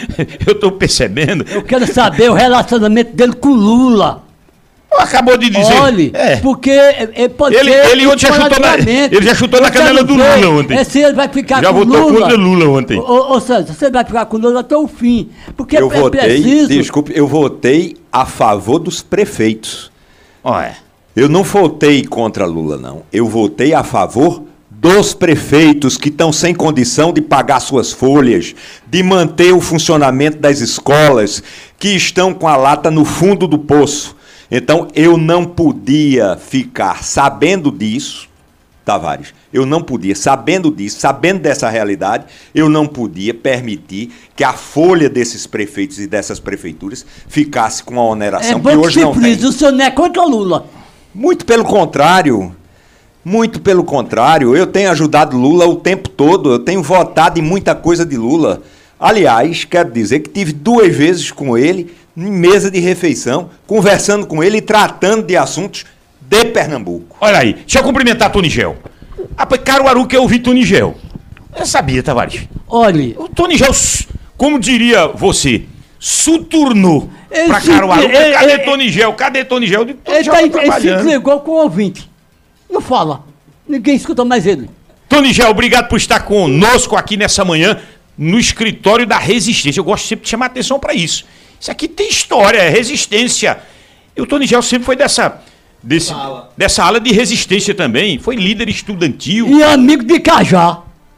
Eu estou percebendo. Eu quero saber o relacionamento dele com Lula. Acabou de dizer. Olha, é. porque ele pode Ele- ser... ele ontem já chutou na- esporadicamente. ele já chutou na Eu quero canela do ver Lula ontem. É se ele vai ficar Já com votou Lula. contra Lula ontem. Ô, ô, ô César, você vai ficar com Lula até o fim. Porque Eu é votei, preciso... desculpe, eu votei a favor dos prefeitos. Olha. Eu não votei contra Lula, não. Eu votei a favor dos prefeitos que estão sem condição de pagar suas folhas, de manter o funcionamento das escolas, que estão com a lata no fundo do poço. Então, eu não podia ficar sabendo disso, Tavares, eu não podia, sabendo disso, sabendo dessa realidade, eu não podia permitir que a folha desses prefeitos e dessas prefeituras ficasse com a É oneração que bom que hoje se não tem. frise, o senhor não é contra Lula. Muito pelo contrário, muito pelo contrário, eu tenho ajudado Lula o tempo todo, eu tenho votado em muita coisa de Lula. Aliás, quero dizer que tive duas vezes com ele, em mesa de refeição, conversando com ele e tratando de assuntos de Pernambuco. Olha aí, deixa eu cumprimentar Tony Gel. Ah, pois Caruaru quer ouvir Tony Gel. Eu sabia, Tavares. Olha, O Tony Gel, su- como diria você, suturnou Ele pra se- Caruaru. ele- Cadê ele- Tony Gel? Cadê Tony Gel? Eu digo, Tony ele, Gel tá, tá ele se trabalhando. entregou com o ouvinte. Não fala. Ninguém escuta mais ele. Tony Gel, obrigado por estar conosco aqui nessa manhã no escritório da Resistência. Eu gosto sempre de chamar atenção para isso. Isso aqui tem história, é resistência. E o Tony Gel sempre foi dessa, desse, dessa ala de resistência também. Foi líder estudantil. E amigo de Cajá.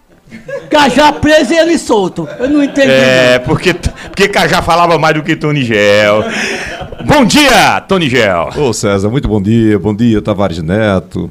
Cajá preso e ele solto. Eu não entendi. É, porque, porque Cajá falava mais do que Tony Gel. Bom dia, Tony Gel. Ô César, muito bom dia. Bom dia, Tavares Neto,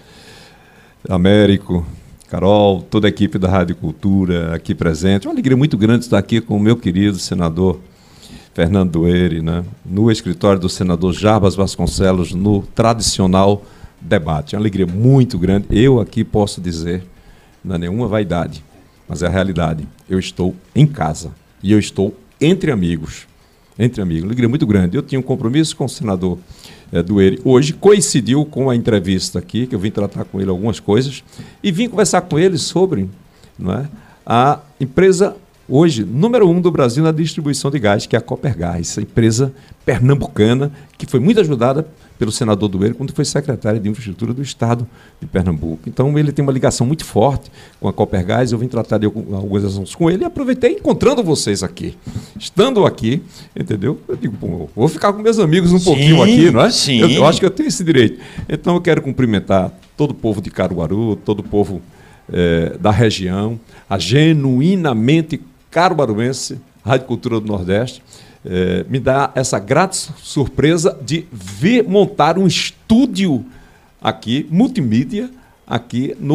Américo, Carol, toda a equipe da Rádio Cultura aqui presente. Uma alegria muito grande estar aqui com o meu querido senador Fernando Dueire, né? No escritório do senador Jarbas Vasconcelos, no tradicional debate. Uma alegria muito grande. Eu aqui posso dizer, não é nenhuma vaidade, mas é a realidade. Eu estou em casa e eu estou entre amigos. Entre amigos. Uma alegria muito grande. Eu tinha um compromisso com o senador é, Dueire. Hoje coincidiu com a entrevista aqui, que eu vim tratar com ele algumas coisas, e vim conversar com ele sobre, não é, a empresa hoje, número um do Brasil na distribuição de gás, que é a Copergás, a empresa pernambucana, que foi muito ajudada pelo senador Dueire quando foi secretário de Infraestrutura do Estado de Pernambuco. Então, ele tem uma ligação muito forte com a Copergás. Eu vim tratar de alguns assuntos com ele e aproveitei encontrando vocês aqui. Estando aqui, entendeu? Eu digo, pô, vou ficar com meus amigos um Sim, pouquinho aqui, não é? sim. Eu, eu acho que eu tenho esse direito. Então, eu quero cumprimentar todo o povo de Caruaru, todo o povo eh, da região, a genuinamente caruaruense, Rádio Cultura do Nordeste, eh, me dá essa grata surpresa de vir montar um estúdio aqui, multimídia, aqui no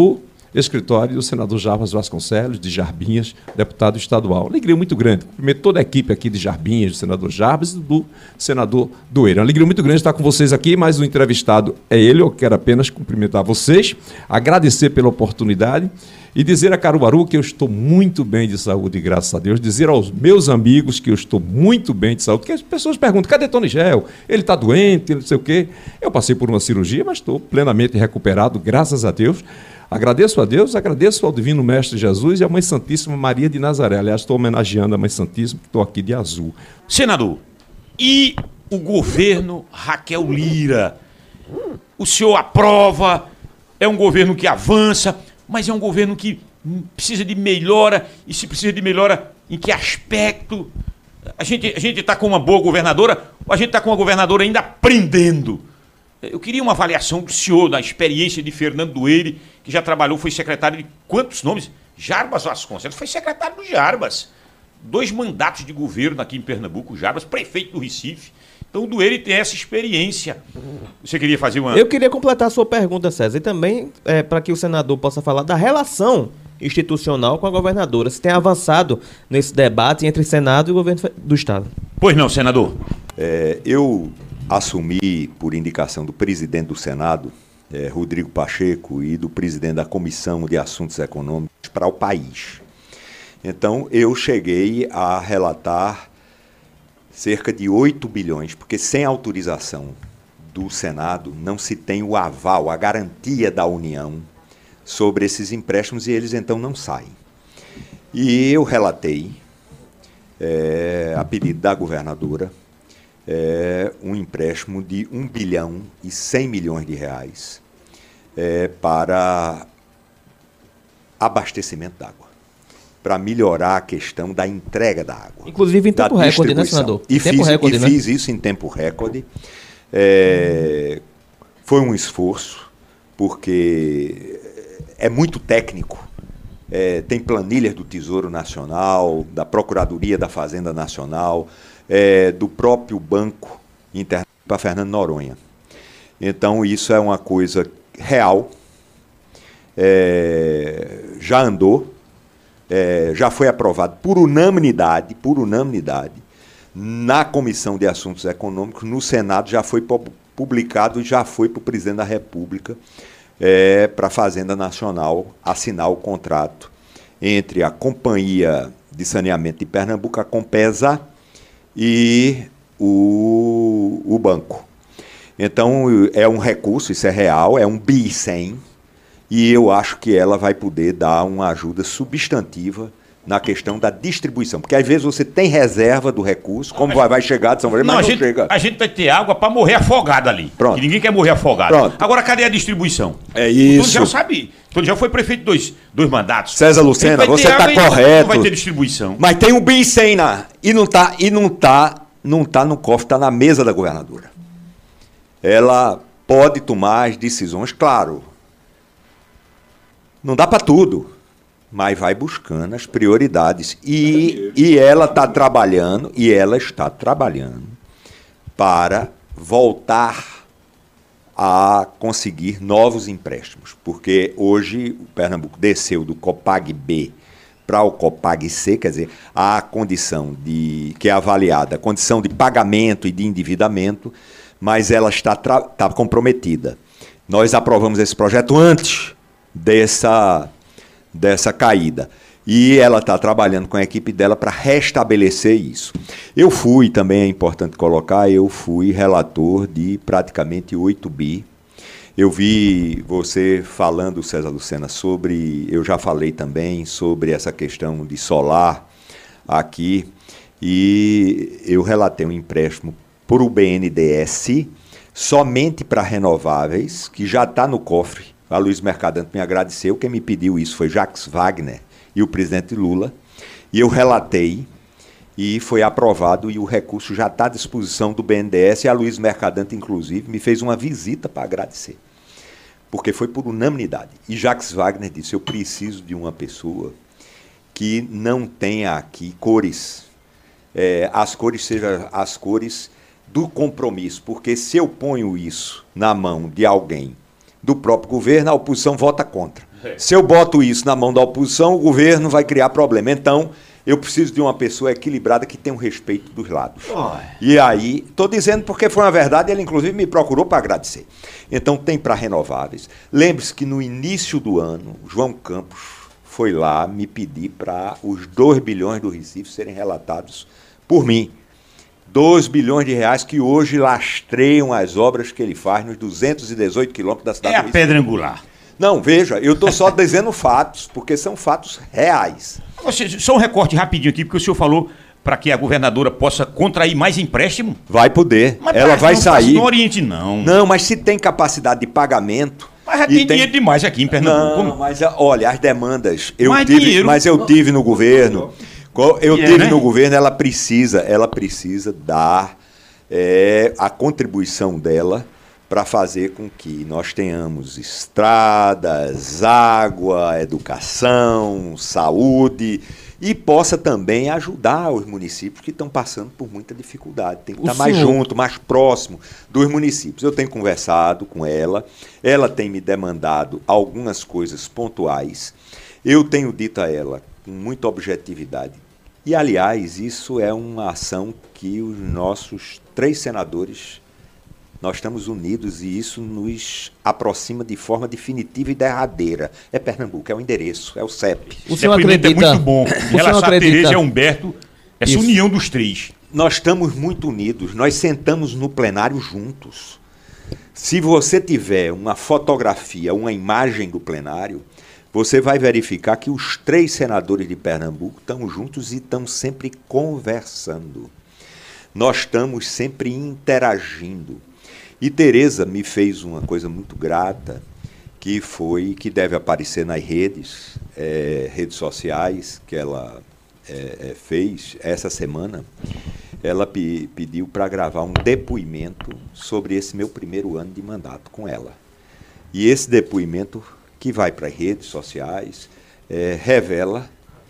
escritório do senador Jarbas Vasconcelos, de Jarbinhas, deputado estadual. Alegria muito grande. Primeiro, toda a equipe aqui de Jarbinhas, do senador Jarbas e do senador Dueira. Uma alegria muito grande estar com vocês aqui, mas o entrevistado é ele. Eu quero apenas cumprimentar vocês, agradecer pela oportunidade e dizer a Caruaru que eu estou muito bem de saúde, graças a Deus. Dizer aos meus amigos que eu estou muito bem de saúde, porque as pessoas perguntam, cadê Tony Gel? Ele está doente, não sei o quê. Eu passei por uma cirurgia, mas estou plenamente recuperado, graças a Deus. Agradeço a Deus, agradeço ao Divino Mestre Jesus e à Mãe Santíssima Maria de Nazaré. Aliás, estou homenageando a Mãe Santíssima, que estou aqui de azul. Senador, e o governo Raquel Lira? O senhor aprova, é um governo que avança, mas é um governo que precisa de melhora, e se precisa de melhora, em que aspecto? A gente a gente está com uma boa governadora, ou a gente está com uma governadora ainda aprendendo? Eu queria uma avaliação do senhor, da experiência de Fernando Dueire, que já trabalhou, foi secretário de quantos nomes? Jarbas Vasconcelos, foi secretário do Jarbas. Dois mandatos de governo aqui em Pernambuco, Jarbas, prefeito do Recife. Então o Dueire tem essa experiência. Você queria fazer uma... Eu queria completar a sua pergunta, César, e também é, para que o senador possa falar da relação institucional com a governadora. Se tem avançado nesse debate entre Senado e o governo do Estado. Pois não, senador. É, eu assumi, por indicação do presidente do Senado, é, Rodrigo Pacheco, e do presidente da Comissão de Assuntos Econômicos, para o país. Então, eu cheguei a relatar cerca de oito bilhões, porque sem autorização do Senado não se tem o aval, a garantia da União sobre esses empréstimos, e eles então não saem. E eu relatei, é, a pedido da governadora, é, um empréstimo de um bilhão e cem milhões de reais é, para abastecimento d'água, para melhorar a questão da entrega da água. Inclusive em tempo recorde, né, senador? E, tempo fiz, recorde, e né? fiz isso em tempo recorde. É, foi um esforço, porque é muito técnico. É, tem planilhas do Tesouro Nacional, da Procuradoria da Fazenda Nacional, é, do próprio Banco Interno para Fernando Noronha. Então, isso é uma coisa real, é, já andou, é, já foi aprovado por unanimidade, por unanimidade, na Comissão de Assuntos Econômicos, no Senado já foi publicado e já foi para o presidente da República, é, para a Fazenda Nacional assinar o contrato entre a Companhia de Saneamento de Pernambuco, a Compesa, e o, o banco. Então, é um recurso, isso é real, é um bi cem, e eu acho que ela vai poder dar uma ajuda substantiva na questão da distribuição, porque às vezes você tem reserva do recurso, como vai, vai chegar de São Paulo, mas não, não a gente, chega. A gente vai ter água para morrer afogado ali. Pronto. E ninguém quer morrer afogado. Pronto. Agora, cadê a distribuição? É O isso. Tony já sabe. O Tony já foi prefeito de dois, dois mandatos. César Lucena, você está correto. Não vai ter distribuição. Mas tem um bi cem na, e não está e não tá, não tá no cofre, está na mesa da governadora. Ela pode tomar as decisões, claro. Não dá para tudo, mas vai buscando as prioridades. E, e ela está trabalhando, e ela está trabalhando para voltar a conseguir novos empréstimos. Porque hoje o Pernambuco desceu do Copag B para o Copag C, quer dizer, a condição de, que é avaliada, a condição de pagamento e de endividamento, mas ela está, está comprometida. Nós aprovamos esse projeto antes dessa, dessa caída. E ela está trabalhando com a equipe dela para restabelecer isso. Eu fui, também é importante colocar, eu fui relator de praticamente oito bi. Eu vi você falando, César Lucena, sobre, eu já falei também sobre essa questão de solar aqui, e eu relatei um empréstimo por o B N D E S somente para renováveis, que já está no cofre. A Luiz Mercadante me agradeceu, quem me pediu isso foi Jacques Wagner e o presidente Lula, e eu relatei, e foi aprovado, e o recurso já está à disposição do B N D E S, e a Luiz Mercadante, inclusive, me fez uma visita para agradecer, porque foi por unanimidade. E Jacques Wagner disse, eu preciso de uma pessoa que não tenha aqui cores, é, as cores sejam as cores do compromisso, porque se eu ponho isso na mão de alguém do próprio governo, a oposição vota contra. Se eu boto isso na mão da oposição, o governo vai criar problema. Então, eu preciso de uma pessoa equilibrada que tenha o respeito dos lados. Oh. E aí, estou dizendo porque foi uma verdade, ele inclusive me procurou para agradecer. Então, tem para renováveis. Lembre-se que no início do ano, João Campos foi lá me pedir para os dois bilhões do Recife serem relatados por mim. dois bilhões de reais que hoje lastreiam as obras que ele faz nos duzentos e dezoito quilômetros da cidade é do Recife. É a pedra angular. Não, veja, eu estou só dizendo fatos, porque são fatos reais. Só um recorte rapidinho aqui, porque o senhor falou para que a governadora possa contrair mais empréstimo. Vai poder, mas ela vai não sair. Não Oriente, não. Não, mas se tem capacidade de pagamento... Mas já tem, tem dinheiro demais aqui em Pernambuco. Não, mas olha, as demandas... Eu mais tive, dinheiro. Mas eu tive no governo... Eu é, tive né? no governo, ela precisa, ela precisa dar é, a contribuição dela para fazer com que nós tenhamos estradas, água, educação, saúde e possa também ajudar os municípios que estão passando por muita dificuldade. Tem que estar mais junto, mais próximo dos municípios. Eu tenho conversado com ela, ela tem me demandado algumas coisas pontuais. Eu tenho dito a ela com muita objetividade. E, aliás, isso é uma ação que os nossos três senadores, nós estamos unidos e isso nos aproxima de forma definitiva e derradeira. É Pernambuco, é o endereço, é o C E P. O senhor acredita? É muito bom. Em relação a Tereza e a Humberto, essa isso. união dos três. Nós estamos muito unidos, nós sentamos no plenário juntos. Se você tiver uma fotografia, uma imagem do plenário, você vai verificar que os três senadores de Pernambuco estão juntos e estão sempre conversando. Nós estamos sempre interagindo. E Tereza me fez uma coisa muito grata, que foi, que deve aparecer nas redes, é, redes sociais, que ela é, fez essa semana. Ela pe- pediu para gravar um depoimento sobre esse meu primeiro ano de mandato com ela. E esse depoimento, que vai para as redes sociais, é, revela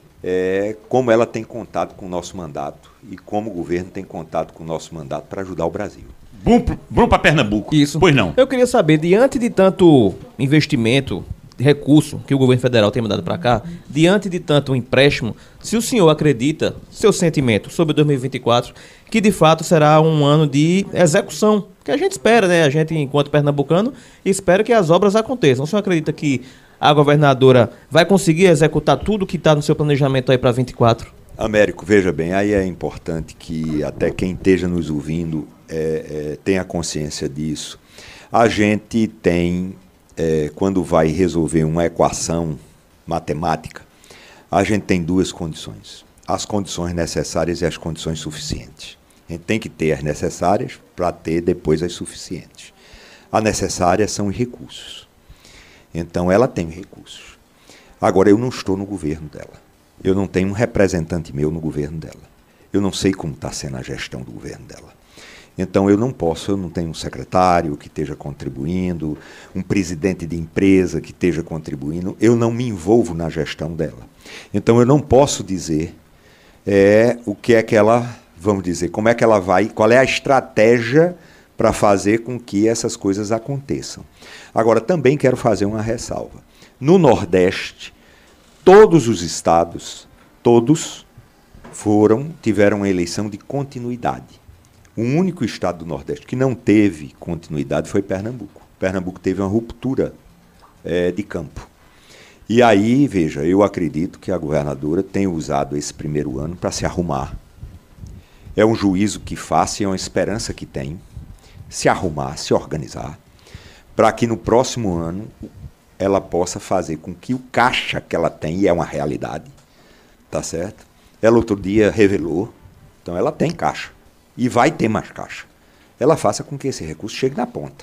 é, como ela tem contado com o nosso mandato e como o governo tem contado com o nosso mandato para ajudar o Brasil. Bom, bom para Pernambuco. Isso. Pois não. Eu queria saber, diante de tanto investimento, recurso que o governo federal tem mandado para cá, diante de tanto empréstimo, se o senhor acredita, seu sentimento sobre dois mil e vinte e quatro, que de fato será um ano de execução, que a gente espera, né? A gente, enquanto pernambucano, espera que as obras aconteçam. O senhor acredita que a governadora vai conseguir executar tudo que está no seu planejamento aí para vinte e quatro? Américo, veja bem, aí é importante que até quem esteja nos ouvindo é, é, tenha consciência disso. A gente tem, é, quando vai resolver uma equação matemática, a gente tem duas condições. As condições necessárias e as condições suficientes. A gente tem que ter as necessárias para ter depois as suficientes. As necessárias são os recursos. Então, ela tem recursos. Agora, eu não estou no governo dela. Eu não tenho um representante meu no governo dela. Eu não sei como está sendo a gestão do governo dela. Então, eu não posso, eu não tenho um secretário que esteja contribuindo, um presidente de empresa que esteja contribuindo. Eu não me envolvo na gestão dela. Então, eu não posso dizer é, o que é que ela, vamos dizer, como é que ela vai, qual é a estratégia para fazer com que essas coisas aconteçam. Agora, também quero fazer uma ressalva. No Nordeste, todos os estados, todos foram, tiveram uma eleição de continuidade. O único estado do Nordeste que não teve continuidade foi Pernambuco. Pernambuco teve uma ruptura é, de campo. E aí, veja, eu acredito que a governadora tem usado esse primeiro ano para se arrumar. É um juízo que faz e é uma esperança que tem, se arrumar, se organizar, para que no próximo ano ela possa fazer com que o caixa que ela tem, e é uma realidade, tá certo? Ela outro dia revelou, então ela tem caixa, e vai ter mais caixa. Ela faça com que esse recurso chegue na ponta.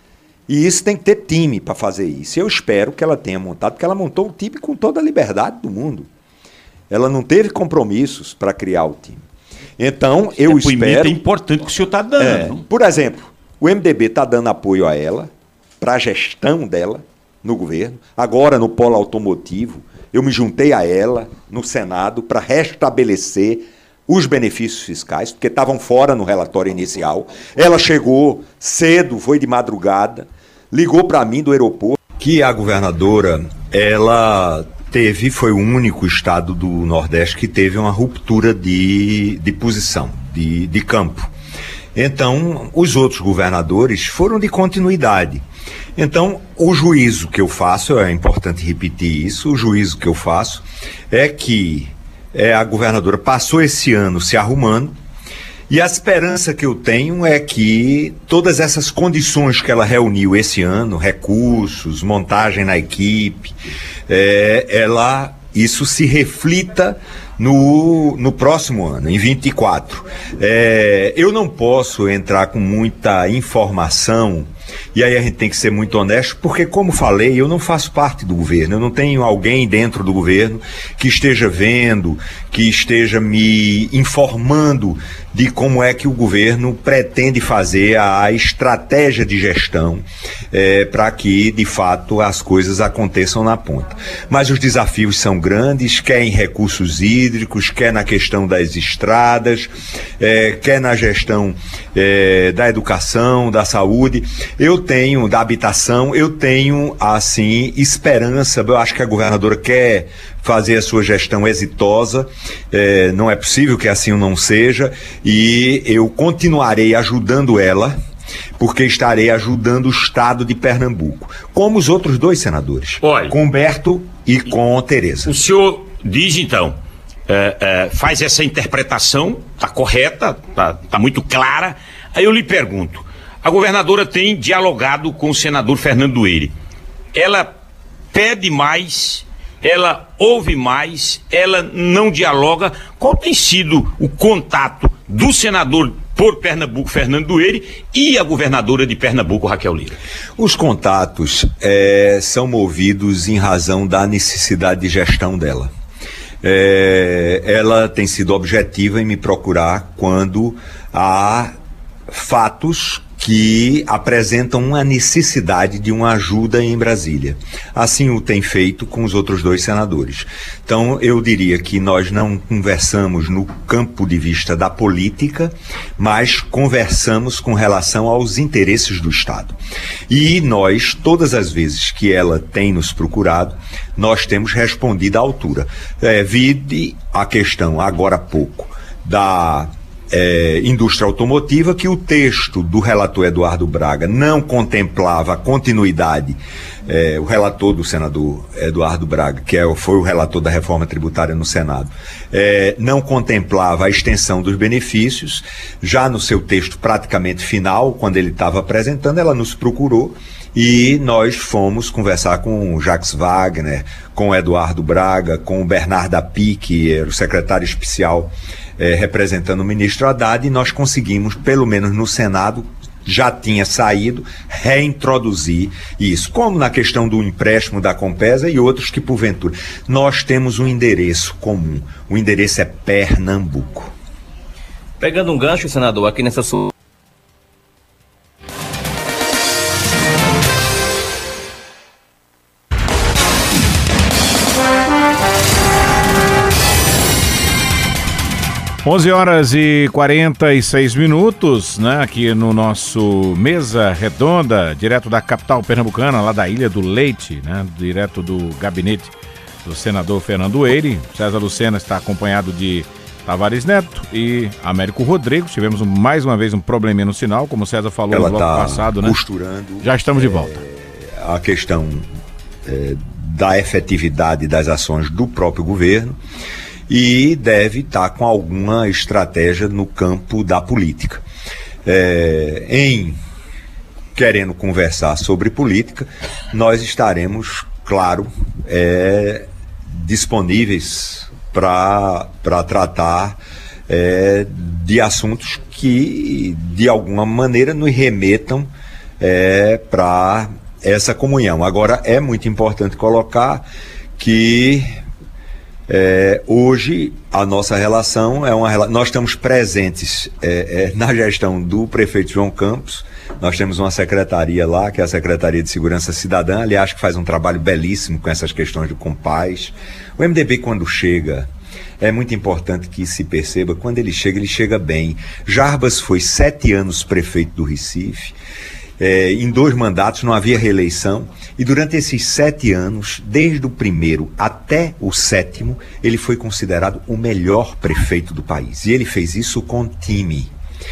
E isso tem que ter time para fazer isso. Eu espero que ela tenha montado, porque ela montou o time com toda a liberdade do mundo. Ela não teve compromissos para criar o time. Então, esse eu espero... é importante que o senhor está dando. É, por exemplo, o M D B está dando apoio a ela, para a gestão dela no governo. Agora, no polo automotivo, eu me juntei a ela no Senado para restabelecer os benefícios fiscais, porque estavam fora no relatório inicial. Ela chegou cedo, foi de madrugada, ligou para mim do aeroporto. que a governadora, ela teve, foi o único estado do Nordeste que teve uma ruptura de, de posição, de, de campo. Então, os outros governadores foram de continuidade. Então, o juízo que eu faço, é importante repetir isso, o juízo que eu faço é que é, a governadora passou esse ano se arrumando, e a esperança que eu tenho é que todas essas condições que ela reuniu esse ano, recursos, montagem na equipe, é, ela, isso se reflita no, no próximo ano, em vinte e quatro. É, eu não posso entrar com muita informação, e aí a gente tem que ser muito honesto, porque, como falei, eu não faço parte do governo, eu não tenho alguém dentro do governo que esteja vendo, que esteja me informando de como é que o governo pretende fazer a estratégia de gestão é, para que, de fato, as coisas aconteçam na ponta. Mas os desafios são grandes, quer em recursos hídricos, quer na questão das estradas, é, quer na gestão é, da educação, da saúde. Eu tenho, da habitação, eu tenho, assim, esperança. Eu acho que a governadora quer fazer a sua gestão exitosa, é, não é possível que assim não seja, e eu continuarei ajudando ela, porque estarei ajudando o estado de Pernambuco, como os outros dois senadores, Olha, com Humberto e com Tereza. O senhor diz, então, é, é, faz essa interpretação, está correta, está tá muito clara. Aí eu lhe pergunto, a governadora tem dialogado com o senador Fernando Weiry. Ela pede mais, ela ouve mais, ela não dialoga. Qual tem sido o contato do senador por Pernambuco, Fernando Weiry, e a governadora de Pernambuco, Raquel Lira? Os contatos é, são movidos em razão da necessidade de gestão dela. É, ela tem sido objetiva em me procurar quando há fatos que apresentam uma necessidade de uma ajuda em Brasília. Assim o tem feito com os outros dois senadores. Então, eu diria que nós não conversamos no campo de vista da política, mas conversamos com relação aos interesses do Estado. E nós, todas as vezes que ela tem nos procurado, nós temos respondido à altura. É, vide a questão, agora há pouco, da É, indústria automotiva, que o texto do relator Eduardo Braga não contemplava a continuidade, é, o relator do senador Eduardo Braga, que é, foi o relator da reforma tributária no Senado, é, não contemplava a extensão dos benefícios. Já no seu texto praticamente final, quando ele estava apresentando, ela nos procurou e nós fomos conversar com o Jacques Wagner, com o Eduardo Braga, com o Bernardo Api, que era o secretário especial É, representando o ministro Haddad, e nós conseguimos, pelo menos no Senado, já tinha saído, reintroduzir isso, como na questão do empréstimo da Compesa e outros que, porventura, nós temos um endereço comum. O endereço é Pernambuco. Pegando um gancho, senador, aqui nessa sua... onze horas e quarenta e seis minutos, né, aqui no nosso Mesa Redonda, direto da capital pernambucana, lá da Ilha do Leite, né, direto do gabinete do senador Fernando Weiry. César Lucena está acompanhado de Tavares Neto e Américo Rodrigues. Tivemos um, mais uma vez um probleminha no sinal, como o César falou Ela no bloco tá passado, né? Costurando. Já estamos é, de volta. A questão é, da efetividade das ações do próprio governo, e deve estar com alguma estratégia no campo da política. É, em querendo conversar sobre política, nós estaremos, claro, é, disponíveis para tratar é, de assuntos que, de alguma maneira, nos remetam é, para essa comunhão. Agora, é muito importante colocar que É, hoje a nossa relação é uma relação, nós estamos presentes é, é, na gestão do prefeito João Campos. Nós temos uma secretaria lá, que é a Secretaria de Segurança Cidadã, aliás, que faz um trabalho belíssimo com essas questões do Compaz. O M D B, quando chega, é muito importante que se perceba, quando ele chega, ele chega bem. Jarbas foi sete anos prefeito do Recife. É, em dois mandatos não havia reeleição, E durante esses sete anos, desde o primeiro até o sétimo, ele foi considerado o melhor prefeito do país. E ele fez isso com time.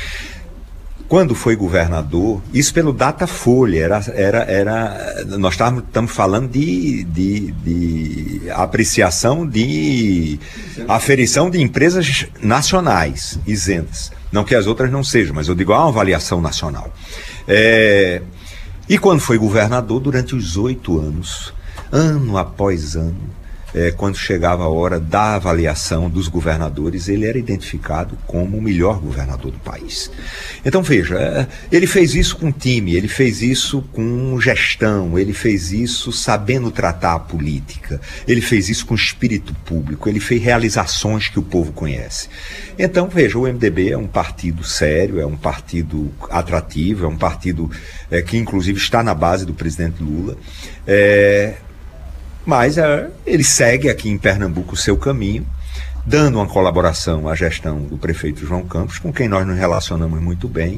Quando foi governador, isso pelo Datafolha, era, era, era, nós estamos, estamos falando de, de, de apreciação de aferição de empresas nacionais isentas. Não que as outras não sejam, mas eu digo, há uma avaliação nacional. É, e quando foi governador, durante os oito anos, ano após ano, É, quando chegava a hora da avaliação dos governadores, ele era identificado como o melhor governador do país. Então veja, é, ele fez isso com time, ele fez isso com gestão, ele fez isso sabendo tratar a política, ele fez isso com espírito público, ele fez realizações que o povo conhece. Então veja, o M D B é um partido sério, é um partido atrativo, é um partido é, que inclusive está na base do presidente Lula, é, mas é, ele segue aqui em Pernambuco o seu caminho, dando uma colaboração à gestão do prefeito João Campos, com quem nós nos relacionamos muito bem,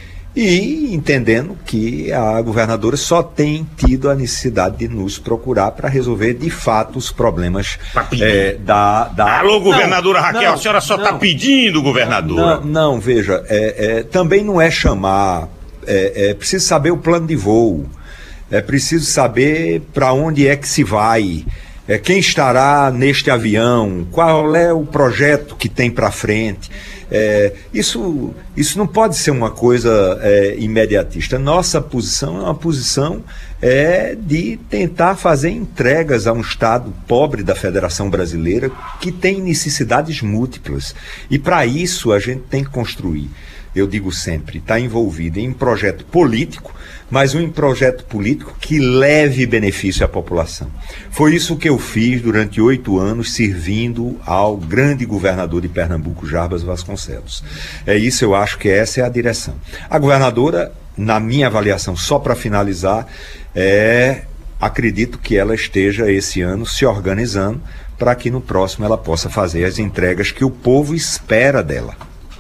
e entendendo que a governadora só tem tido a necessidade de nos procurar para resolver de fato os problemas é, da, da... Alô, governadora não, Raquel, não, a senhora só está não, pedindo, governadora. Não, não veja, é, é, também não é chamar, é, é preciso saber o plano de voo. É preciso saber para onde é que se vai, é, quem estará neste avião, qual é o projeto que tem para frente. É, isso, isso não pode ser uma coisa é, imediatista. Nossa posição é uma posição é, de tentar fazer entregas a um Estado pobre da Federação Brasileira que tem necessidades múltiplas. E para isso a gente tem que construir. Eu digo sempre, está envolvido em projeto político, mas um projeto político que leve benefício à população. Foi isso que eu fiz durante oito anos, servindo ao grande governador de Pernambuco, Jarbas Vasconcelos. É isso, eu acho que essa é a direção. A governadora, na minha avaliação, só para finalizar, é, acredito que ela esteja esse ano se organizando para que no próximo ela possa fazer as entregas que o povo espera dela.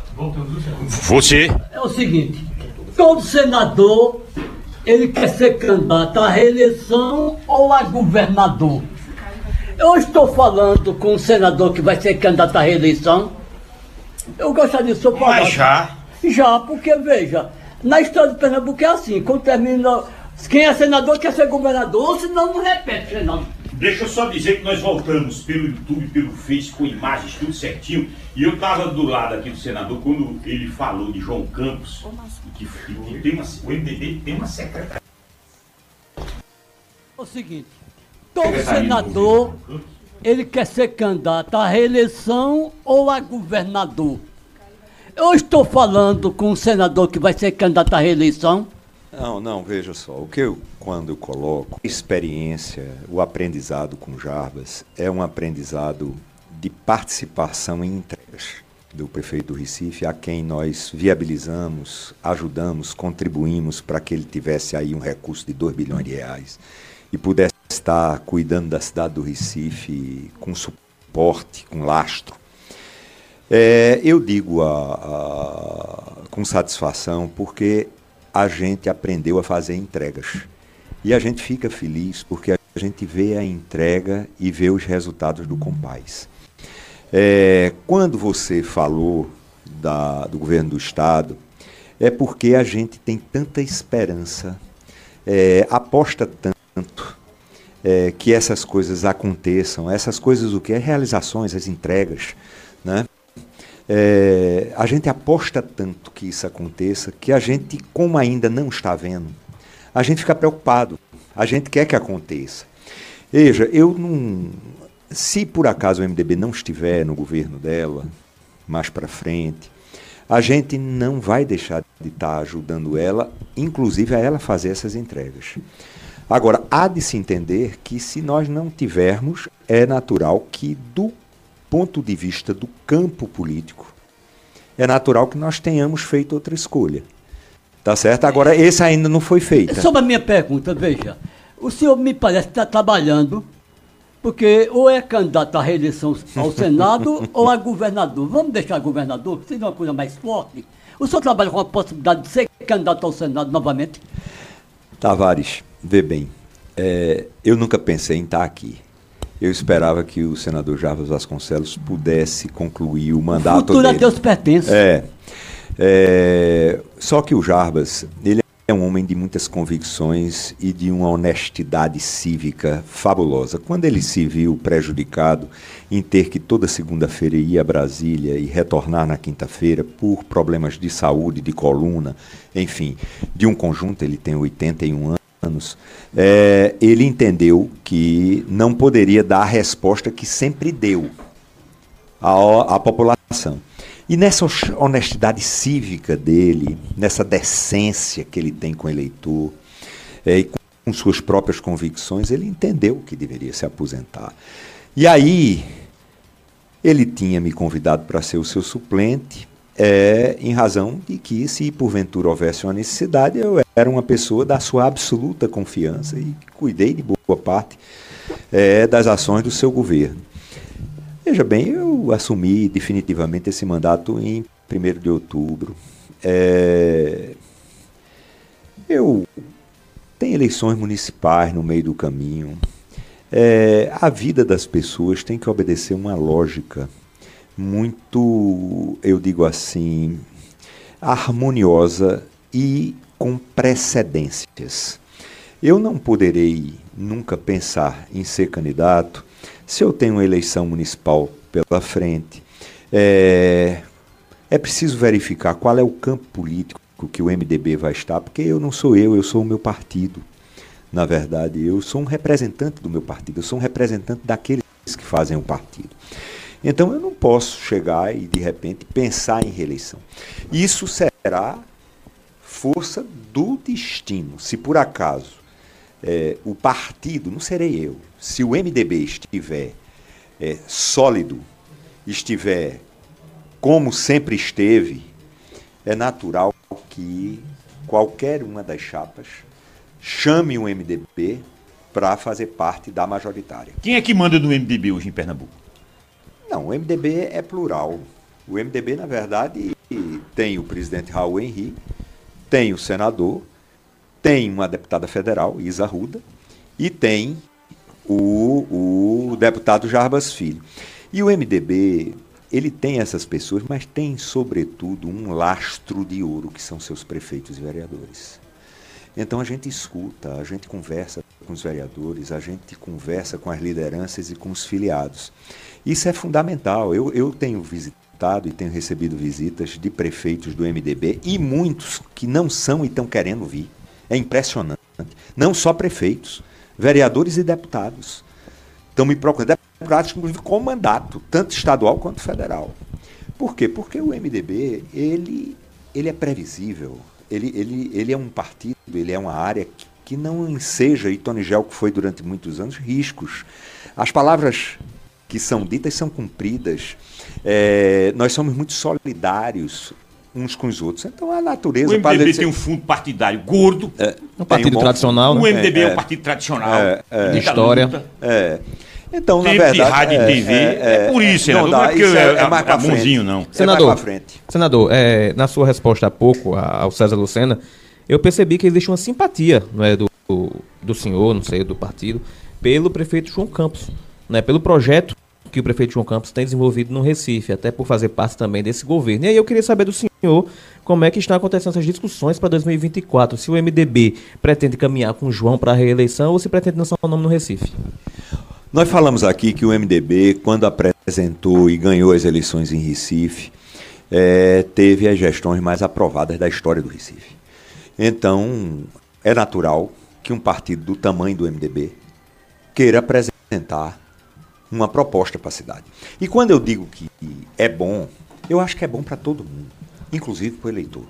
Você? É o seguinte, todo senador, ele quer ser candidato à reeleição ou a governador. Eu estou falando com um senador que vai ser candidato à reeleição. Eu gostaria de só falar. Mas já? Já, porque veja, na história de Pernambuco é assim, quando termina, quem é senador quer ser governador, senão não repete, senador. Deixa eu só dizer que nós voltamos pelo YouTube, pelo Face, com imagens, tudo certinho. E eu estava do lado aqui do senador quando ele falou de João Campos, e que, e que tem uma, o M D B tem uma secretaria. É o seguinte, todo senador, ele quer ser candidato à reeleição ou a governador. Eu estou falando com um senador que vai ser candidato à reeleição. Não, não, veja só, o que eu, quando eu coloco experiência, o aprendizado com Jarbas, é um aprendizado de participação em entregas do prefeito do Recife, a quem nós viabilizamos, ajudamos, contribuímos para que ele tivesse aí um recurso de dois bilhões de reais e pudesse estar cuidando da cidade do Recife com suporte, com lastro. É, eu digo a, a, com satisfação porque a gente aprendeu a fazer entregas. E a gente fica feliz porque a gente vê a entrega e vê os resultados do Compaz. É, quando você falou da, do governo do Estado, é porque a gente tem tanta esperança, é, aposta tanto é, que essas coisas aconteçam, essas coisas o que é realizações, as entregas, né? É, a gente aposta tanto que isso aconteça, que a gente, como ainda não está vendo, a gente fica preocupado, a gente quer que aconteça. Veja, eu não... Se por acaso o M D B não estiver no governo dela, mais para frente, a gente não vai deixar de estar ajudando ela, inclusive a ela fazer essas entregas. Agora, há de se entender que se nós não tivermos, é natural que do ponto de vista do campo político, é natural que nós tenhamos feito outra escolha. Tá certo? Agora, esse ainda não foi feito. Sobre a minha pergunta, veja, o senhor me parece que está trabalhando, porque ou é candidato à reeleição ao Senado ou a governador. Vamos deixar governador, que seria uma coisa mais forte. O senhor trabalha com a possibilidade de ser candidato ao Senado novamente? Tavares, vê bem, é, eu nunca pensei em estar aqui. Eu esperava que o senador Jarbas Vasconcelos pudesse concluir o mandato o futuro dele. a Deus pertence. É, é, só que o Jarbas, ele é um homem de muitas convicções e de uma honestidade cívica fabulosa. Quando ele se viu prejudicado em ter que toda segunda-feira ir a Brasília e retornar na quinta-feira por problemas de saúde, de coluna, enfim, de um conjunto, ele tem oitenta e um anos, anos, é, ele entendeu que não poderia dar a resposta que sempre deu à, à população. E nessa honestidade cívica dele, nessa decência que ele tem com o eleitor, é, e com suas próprias convicções, ele entendeu que deveria se aposentar. E aí, ele tinha me convidado para ser o seu suplente, É, em razão de que, se porventura houvesse uma necessidade, eu era uma pessoa da sua absoluta confiança e cuidei de boa parte é, das ações do seu governo. Veja bem, eu assumi definitivamente esse mandato em primeiro de outubro. É, eu tenho eleições municipais no meio do caminho. É, a vida das pessoas tem que obedecer uma lógica muito, eu digo assim, harmoniosa e com precedências. Eu não poderei nunca pensar em ser candidato se eu tenho uma eleição municipal pela frente. É, é preciso verificar qual é o campo político que o M D B vai estar, porque eu não sou eu, eu sou o meu partido. Na verdade, eu sou um representante do meu partido, eu sou um representante daqueles que fazem o partido. Então eu não posso chegar e, de repente, pensar em reeleição. Isso será força do destino. Se por acaso é, o partido, não serei eu, se o M D B estiver é, sólido, estiver como sempre esteve, é natural que qualquer uma das chapas chame o M D B para fazer parte da majoritária. Quem é que manda no M D B hoje em Pernambuco? Não, o M D B é plural. O M D B, na verdade, tem o presidente Raul Henrique, tem o senador, tem uma deputada federal, Isa Arruda, e tem o, o deputado Jarbas Filho. E o M D B, ele tem essas pessoas, mas tem, sobretudo, um lastro de ouro, que são seus prefeitos e vereadores. Então a gente escuta, a gente conversa com os vereadores, a gente conversa com as lideranças e com os filiados. Isso é fundamental. Eu, eu tenho visitado e tenho recebido visitas de prefeitos do M D B e muitos que não são e estão querendo vir. É impressionante. Não só prefeitos, vereadores e deputados estão me procurando. Deputados, inclusive, com mandato, tanto estadual quanto federal. Por quê? Porque o M D B, ele, ele é previsível. Ele, ele, ele é um partido, ele é uma área que, que não enseja, e Tony Gel, que foi durante muitos anos, riscos. As palavras que são ditas são cumpridas. É, nós somos muito solidários uns com os outros. Então a natureza... O M D B ser... tem um fundo partidário gordo. É, um partido um tradicional, fundo. né? O M D B é, é, é um partido tradicional. É, é, de história. É. Então, Tempo na verdade... de rádio é, e T V. É, é, é por isso, não, não, dá, não é porque isso é, é, é é, mais é pra frente. bonzinho, não. Senador, é mais pra frente. senador é, na sua resposta há pouco ao César Lucena, eu percebi que existe uma simpatia, não é, do, do senhor, não sei, do partido, pelo prefeito João Campos, né, pelo projeto que o prefeito João Campos tem desenvolvido no Recife, até por fazer parte também desse governo. E aí eu queria saber do senhor como é que estão acontecendo essas discussões para dois mil e vinte e quatro, se o M D B pretende caminhar com o João para a reeleição ou se pretende lançar o nome no Recife. Nós falamos aqui que o M D B, quando apresentou e ganhou as eleições em Recife, é, teve as gestões mais aprovadas da história do Recife. Então, é natural que um partido do tamanho do M D B queira apresentar uma proposta para a cidade. E quando eu digo que é bom, eu acho que é bom para todo mundo, inclusive para o eleitor.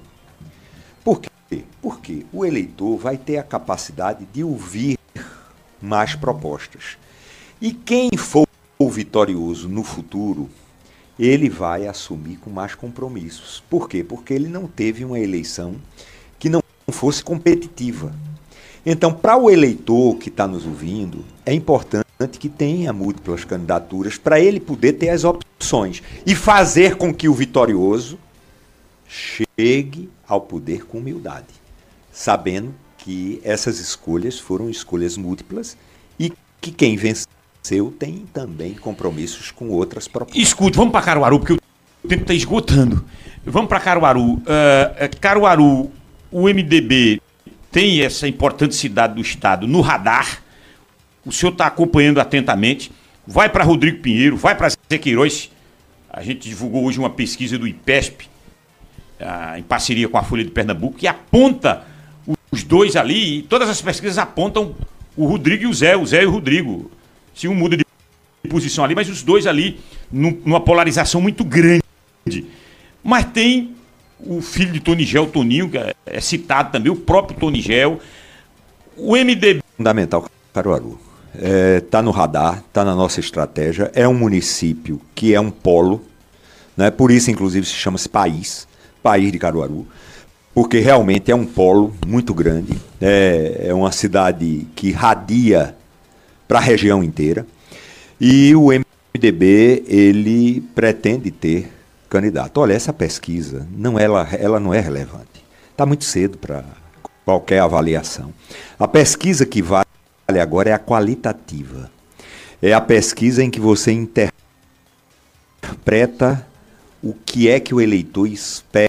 Por quê? Porque o eleitor vai ter a capacidade de ouvir mais propostas. E quem for o vitorioso no futuro, ele vai assumir com mais compromissos. Por quê? Porque ele não teve uma eleição que não fosse competitiva. Então, para o eleitor que está nos ouvindo, é importante que tenha múltiplas candidaturas para ele poder ter as opções e fazer com que o vitorioso chegue ao poder com humildade, sabendo que essas escolhas foram escolhas múltiplas e que quem venceu tem também compromissos com outras propostas. Escute, vamos para Caruaru, porque o tempo está esgotando. Vamos para Caruaru. Uh, Caruaru, o M D B tem essa importante cidade do estado no radar. O senhor está acompanhando atentamente. Vai para Rodrigo Pinheiro, vai para Zé Queiroz. A gente divulgou hoje uma pesquisa do IPESP, uh, em parceria com a Folha de Pernambuco, que aponta os dois ali, e todas as pesquisas apontam o Rodrigo e o Zé, o Zé e o Rodrigo. Se um muda de posição ali, mas os dois ali num, numa polarização muito grande. Mas tem o filho de Tonigel, Toninho, que é, é citado também, o próprio Tonigel. O M D B... Fundamental, Caruaru. Está é, no radar, está na nossa estratégia. É um município que é um polo, né? Por isso, inclusive, se chama-se País, País de Caruaru, porque realmente é um polo muito grande. É, é uma cidade que radia para a região inteira. E o M D B, ele pretende ter candidato. Olha, essa pesquisa, não, ela, ela não é relevante. Está muito cedo para qualquer avaliação. A pesquisa que vale agora é a qualitativa. É a pesquisa em que você interpreta o que é que o eleitor espera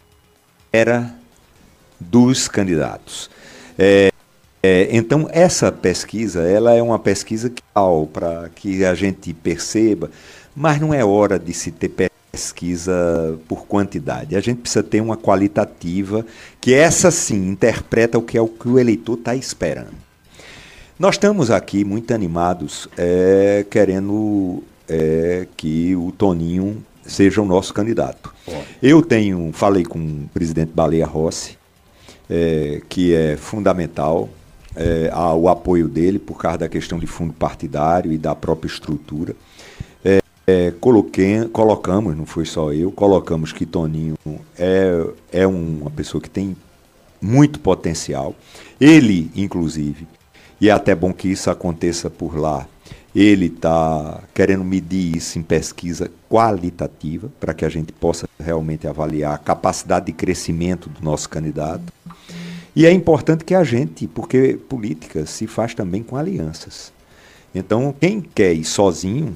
dos candidatos. É, é, então, essa pesquisa, ela é uma pesquisa para que a gente perceba, mas não é hora de se ter pesquisa por quantidade. A gente precisa ter uma qualitativa, que essa sim interpreta o que é o que o eleitor está esperando. Nós estamos aqui muito animados, é, querendo é, que o Toninho seja o nosso candidato. Oh. Eu tenho, falei com o presidente Baleia Rossi, é, que é fundamental é, a, o apoio dele por causa da questão de fundo partidário e da própria estrutura. É, é, coloquei, colocamos, não foi só eu, colocamos que Toninho é, é uma pessoa que tem muito potencial. Ele, inclusive, e é até bom que isso aconteça por lá, ele está querendo medir isso em pesquisa qualitativa, para que a gente possa realmente avaliar a capacidade de crescimento do nosso candidato. E é importante que a gente, porque política se faz também com alianças. Então, quem quer ir sozinho,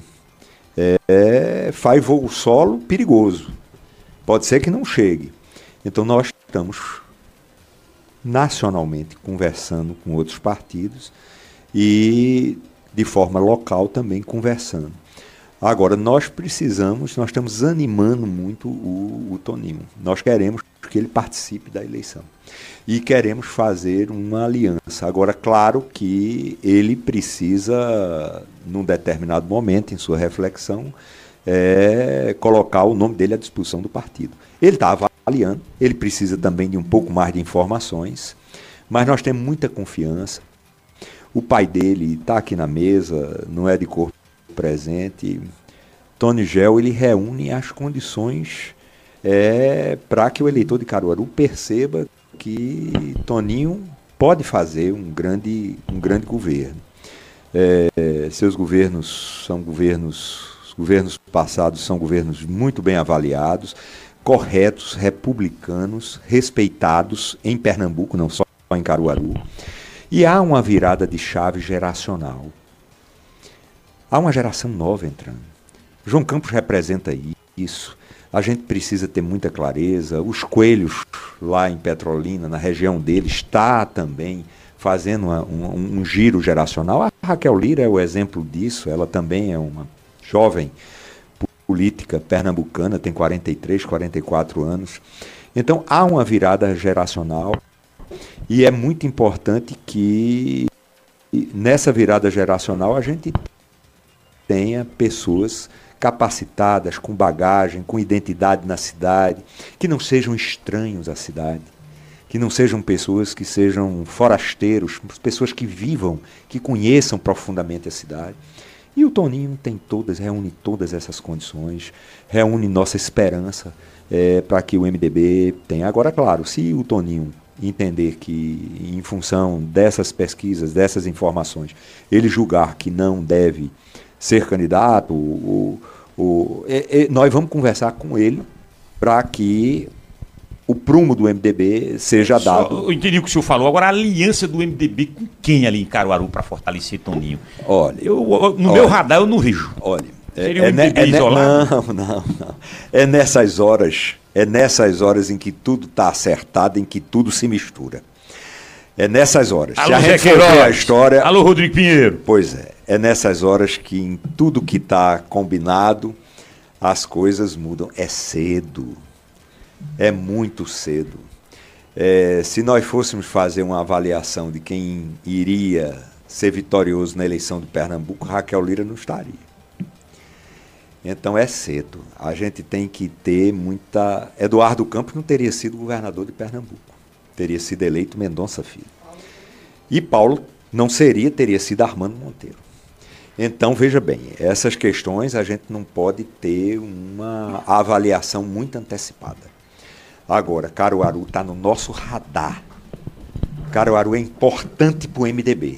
é, faz voo solo perigoso. Pode ser que não chegue. Então, nós estamos nacionalmente conversando com outros partidos e de forma local também conversando. Agora, nós precisamos, nós estamos animando muito o, o Toninho. Nós queremos que ele participe da eleição. E queremos fazer uma aliança. Agora, claro que ele precisa, num determinado momento, em sua reflexão, é, colocar o nome dele à disposição do partido. Ele está avaliando, ele precisa também de um pouco mais de informações, mas nós temos muita confiança. O pai dele está aqui na mesa, não é de corpo presente. Tonigel, ele reúne as condições é, para que o eleitor de Caruaru perceba que Toninho pode fazer um grande, um grande governo. É, seus governos são governos, os governos passados são governos muito bem avaliados, corretos, republicanos, respeitados em Pernambuco, não só em Caruaru. E há uma virada de chave geracional. Há uma geração nova entrando. João Campos representa isso. A gente precisa ter muita clareza. Os Coelhos, lá em Petrolina, na região dele, está também fazendo uma, um, um giro geracional. A Raquel Lira é o exemplo disso. Ela também é uma jovem política pernambucana, tem quarenta e três, quarenta e quatro anos. Então, há uma virada geracional e é muito importante que nessa virada geracional a gente tenha pessoas capacitadas, com bagagem, com identidade na cidade, que não sejam estranhos à cidade, que não sejam pessoas que sejam forasteiros, pessoas que vivam, que conheçam profundamente a cidade. E o Toninho tem todas, reúne todas essas condições, reúne nossa esperança é, para que o M D B tenha. Agora, claro, se o Toninho entender que, em função dessas pesquisas, dessas informações, ele julgar que não deve ser candidato, ou, ou, é, é, nós vamos conversar com ele para que o prumo do M D B seja Só, dado. eu entendi o que o senhor falou. Agora, a aliança do M D B com quem ali em Caruaru para fortalecer Toninho? Olha, eu, eu, no olha, meu radar eu não vejo. Olha, seria é, um M D B é, isolado? Não, não, não. É nessas horas, é nessas horas em que tudo está acertado, em que tudo se mistura. É nessas horas. Alô, Se a Zé gente for ver a Queiroz. história. Alô, Rodrigo Pinheiro. Pois é. É nessas horas que em tudo que está combinado, as coisas mudam. É cedo. É muito cedo. É, se nós fôssemos fazer uma avaliação de quem iria ser vitorioso na eleição de Pernambuco, Raquel Lira não estaria. Então é cedo. A gente tem que ter muita... Eduardo Campos não teria sido governador de Pernambuco. Teria sido eleito Mendonça Filho. E Paulo não seria, teria sido Armando Monteiro. Então, veja bem, essas questões a gente não pode ter uma avaliação muito antecipada. Agora, Caruaru está no nosso radar. Caruaru é importante para o M D B.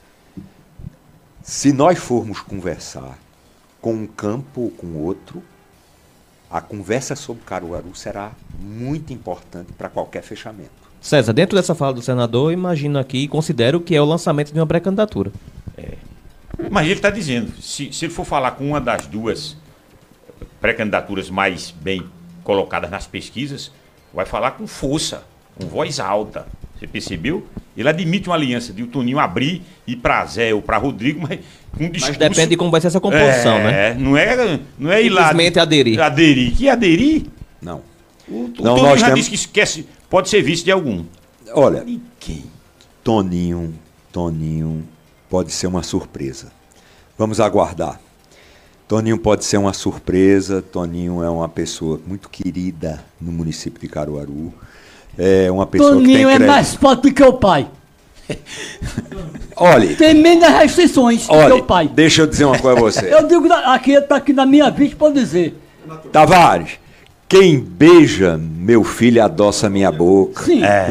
Se nós formos conversar com um campo ou com outro, a conversa sobre Caruaru será muito importante para qualquer fechamento. César, dentro dessa fala do senador, eu imagino aqui e considero que é o lançamento de uma pré-candidatura. É. Mas ele está dizendo, se, se ele for falar com uma das duas pré-candidaturas mais bem colocadas nas pesquisas, vai falar com força, com voz alta. Você percebeu? Ele admite uma aliança de o Toninho abrir e para Zé ou para Rodrigo, mas com um discurso... Mas depende de como vai ser essa composição, é, né? É, não é, não é ir lá... Simplesmente aderir. Aderir. Que aderir? Não. O, o não, Toninho nós já temos... disse que esquece, pode ser vice de algum. Olha, de quem? Toninho, Toninho pode ser uma surpresa. Vamos aguardar. Toninho pode ser uma surpresa. Toninho é uma pessoa muito querida no município de Caruaru. É uma pessoa Toninho que tem é crédito. mais forte do que o pai. Olha, tem menos restrições olha, do que o pai. Deixa eu dizer uma coisa a você. Eu digo, aqui está aqui na minha vista para dizer. Tavares, quem beija meu filho adoça minha boca. Sim. É.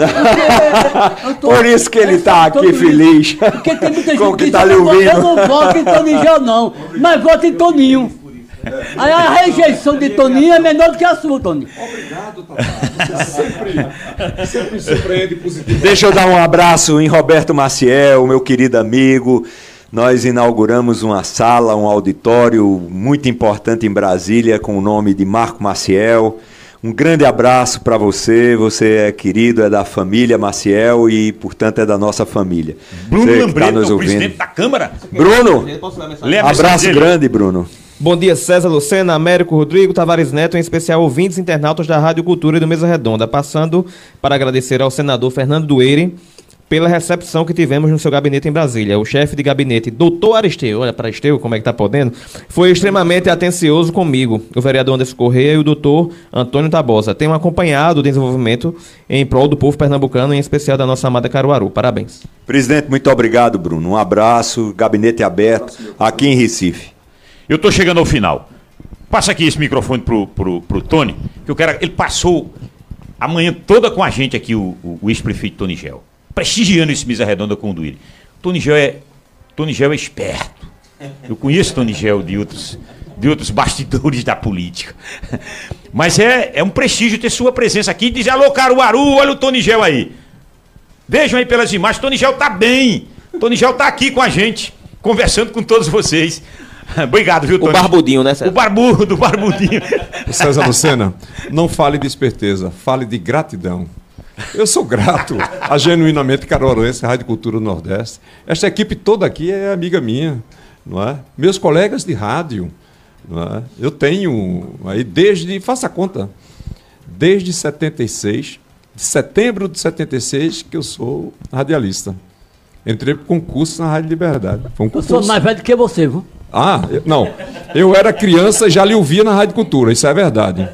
Porque, tô, Por isso que ele está aqui feliz. Porque tem muita com gente que que tá diz, lhe eu, ouvindo. eu não voto em Toninho, não. Mas voto em Toninho. Aí a rejeição de Toninho é menor do que a sua, Toninho. Obrigado, Tavares. Você sempre, sempre surpreende positivo. Deixa eu dar um abraço em Roberto Maciel, meu querido amigo. Nós inauguramos uma sala, um auditório muito importante em Brasília com o nome de Marco Maciel. Um grande abraço para você. Você é querido, é da família Maciel e, portanto, é da nossa família. Bruno Você que Lambreta, tá nos o ouvindo. presidente da Câmara. Bruno, abraço dele. grande, Bruno. Bom dia, César Lucena, Américo, Rodrigo, Tavares Neto, em especial ouvintes internautas da Rádio Cultura e do Mesa Redonda. Passando para agradecer ao senador Fernando Dueire pela recepção que tivemos no seu gabinete em Brasília. O chefe de gabinete, doutor Aristeu, olha para Aristeu, como é que tá podendo, foi extremamente atencioso comigo, o vereador Anderson Correia e o doutor Antônio Tabosa. Tenho acompanhado o desenvolvimento em prol do povo pernambucano, em especial da nossa amada Caruaru. Parabéns. Presidente, muito obrigado, Bruno. Um abraço, gabinete aberto aqui em Recife. Eu estou chegando ao final. Passa aqui esse microfone pro, pro, pro Tony, que eu quero. Ele passou a manhã toda com a gente aqui, o, o, o ex-prefeito Tony Gel, prestigiando esse Mesa Redonda com o Duílio. Tony Gel é, Tony Gel é esperto. Eu conheço Tony Gel de outros, de outros bastidores da política. Mas é, é um prestígio ter sua presença aqui e dizer: alô, Caruaru, olha o Tony Gel aí. Vejam aí pelas imagens, Tony Gel tá bem. Tony Gel tá aqui com a gente, conversando com todos vocês. Obrigado, viu, Tony? O barbudinho, né, César? O barbudo, o barbudinho. César Lucena, não fale de esperteza, fale de gratidão. Eu sou grato a Genuinamente Caruaruense, Rádio Cultura do Nordeste. Esta equipe toda aqui é amiga minha, não é? Meus colegas de rádio, não é? Eu tenho aí desde, faça a conta, desde setenta e seis, de setembro de setenta e seis, que eu sou radialista. Entrei para concurso na Rádio Liberdade. Foi um Eu concurso. sou mais velho que você, viu? Ah, eu, não. Eu era criança e já lhe ouvia na Rádio Cultura, isso é verdade.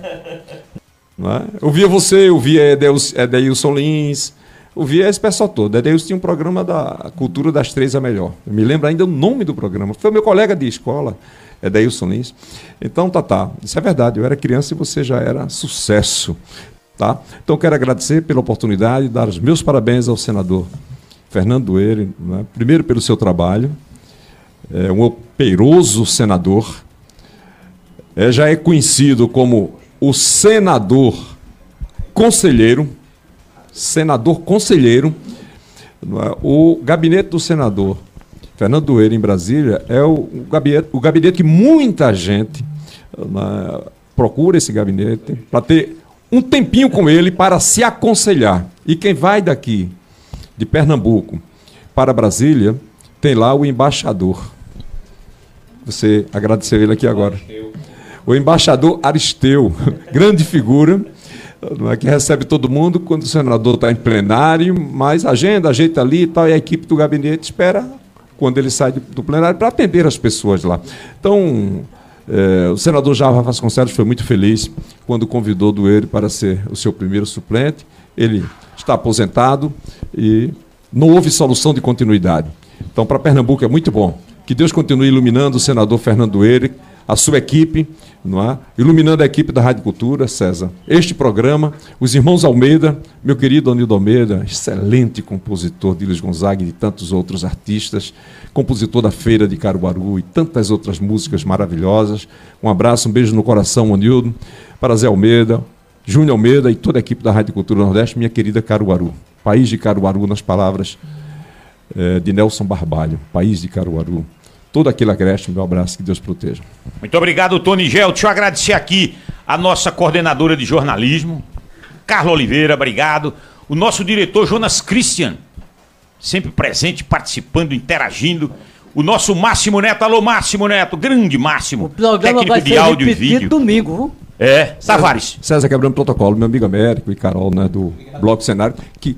Não é? Eu via você, eu via Edeilson Lins, eu via esse pessoal todo. Edeilson tinha um programa da Cultura das Três é Melhor. Eu me lembro ainda o nome do programa. Foi meu colega de escola, Edeilson Lins. Então, tá, tá. Isso é verdade. Eu era criança e você já era sucesso. Tá? Então, quero agradecer pela oportunidade e dar os meus parabéns ao senador Fernando Dueire, né? Primeiro pelo seu trabalho. É um operoso senador. É, já é conhecido como o senador conselheiro, senador conselheiro. O gabinete do senador Fernando Doeire, em Brasília, é o, o, gabinete, o gabinete que muita gente né, procura esse gabinete para ter um tempinho com ele para se aconselhar. E quem vai daqui, de Pernambuco, para Brasília, tem lá o embaixador. Você agradeceu ele aqui agora. O embaixador Aristeu, grande figura, que recebe todo mundo quando o senador está em plenário, mas agenda, ajeita ali e tal, e a equipe do gabinete espera quando ele sai do plenário para atender as pessoas lá. Então, é, o senador Jarbas Vasconcelos foi muito feliz quando convidou Doeire para ser o seu primeiro suplente. Ele está aposentado e não houve solução de continuidade. Então, para Pernambuco é muito bom. Que Deus continue iluminando o senador Fernando Doeire, a sua equipe, não é? Iluminando a equipe da Rádio Cultura, César. Este programa, os irmãos Almeida, meu querido Anildo Almeida, excelente compositor de Luiz Gonzaga e de tantos outros artistas, compositor da Feira de Caruaru e tantas outras músicas maravilhosas. Um abraço, um beijo no coração, Anildo, para Zé Almeida, Júnior Almeida e toda a equipe da Rádio Cultura Nordeste, minha querida Caruaru. País de Caruaru, nas palavras eh, de Nelson Barbalho, País de Caruaru. Todo aquele agreste, meu abraço, que Deus proteja. Muito obrigado, Tony Gel. Deixa eu agradecer aqui a nossa coordenadora de jornalismo, Carla Oliveira, obrigado. O nosso diretor, Jonas Christian, sempre presente, participando, interagindo. O nosso Máximo Neto, alô Máximo Neto, grande Máximo, técnico de áudio e vídeo. Domingo, viu? É, Tavares. César quebrando protocolo, meu amigo Américo e Carol, né, do Bloco Cenário, que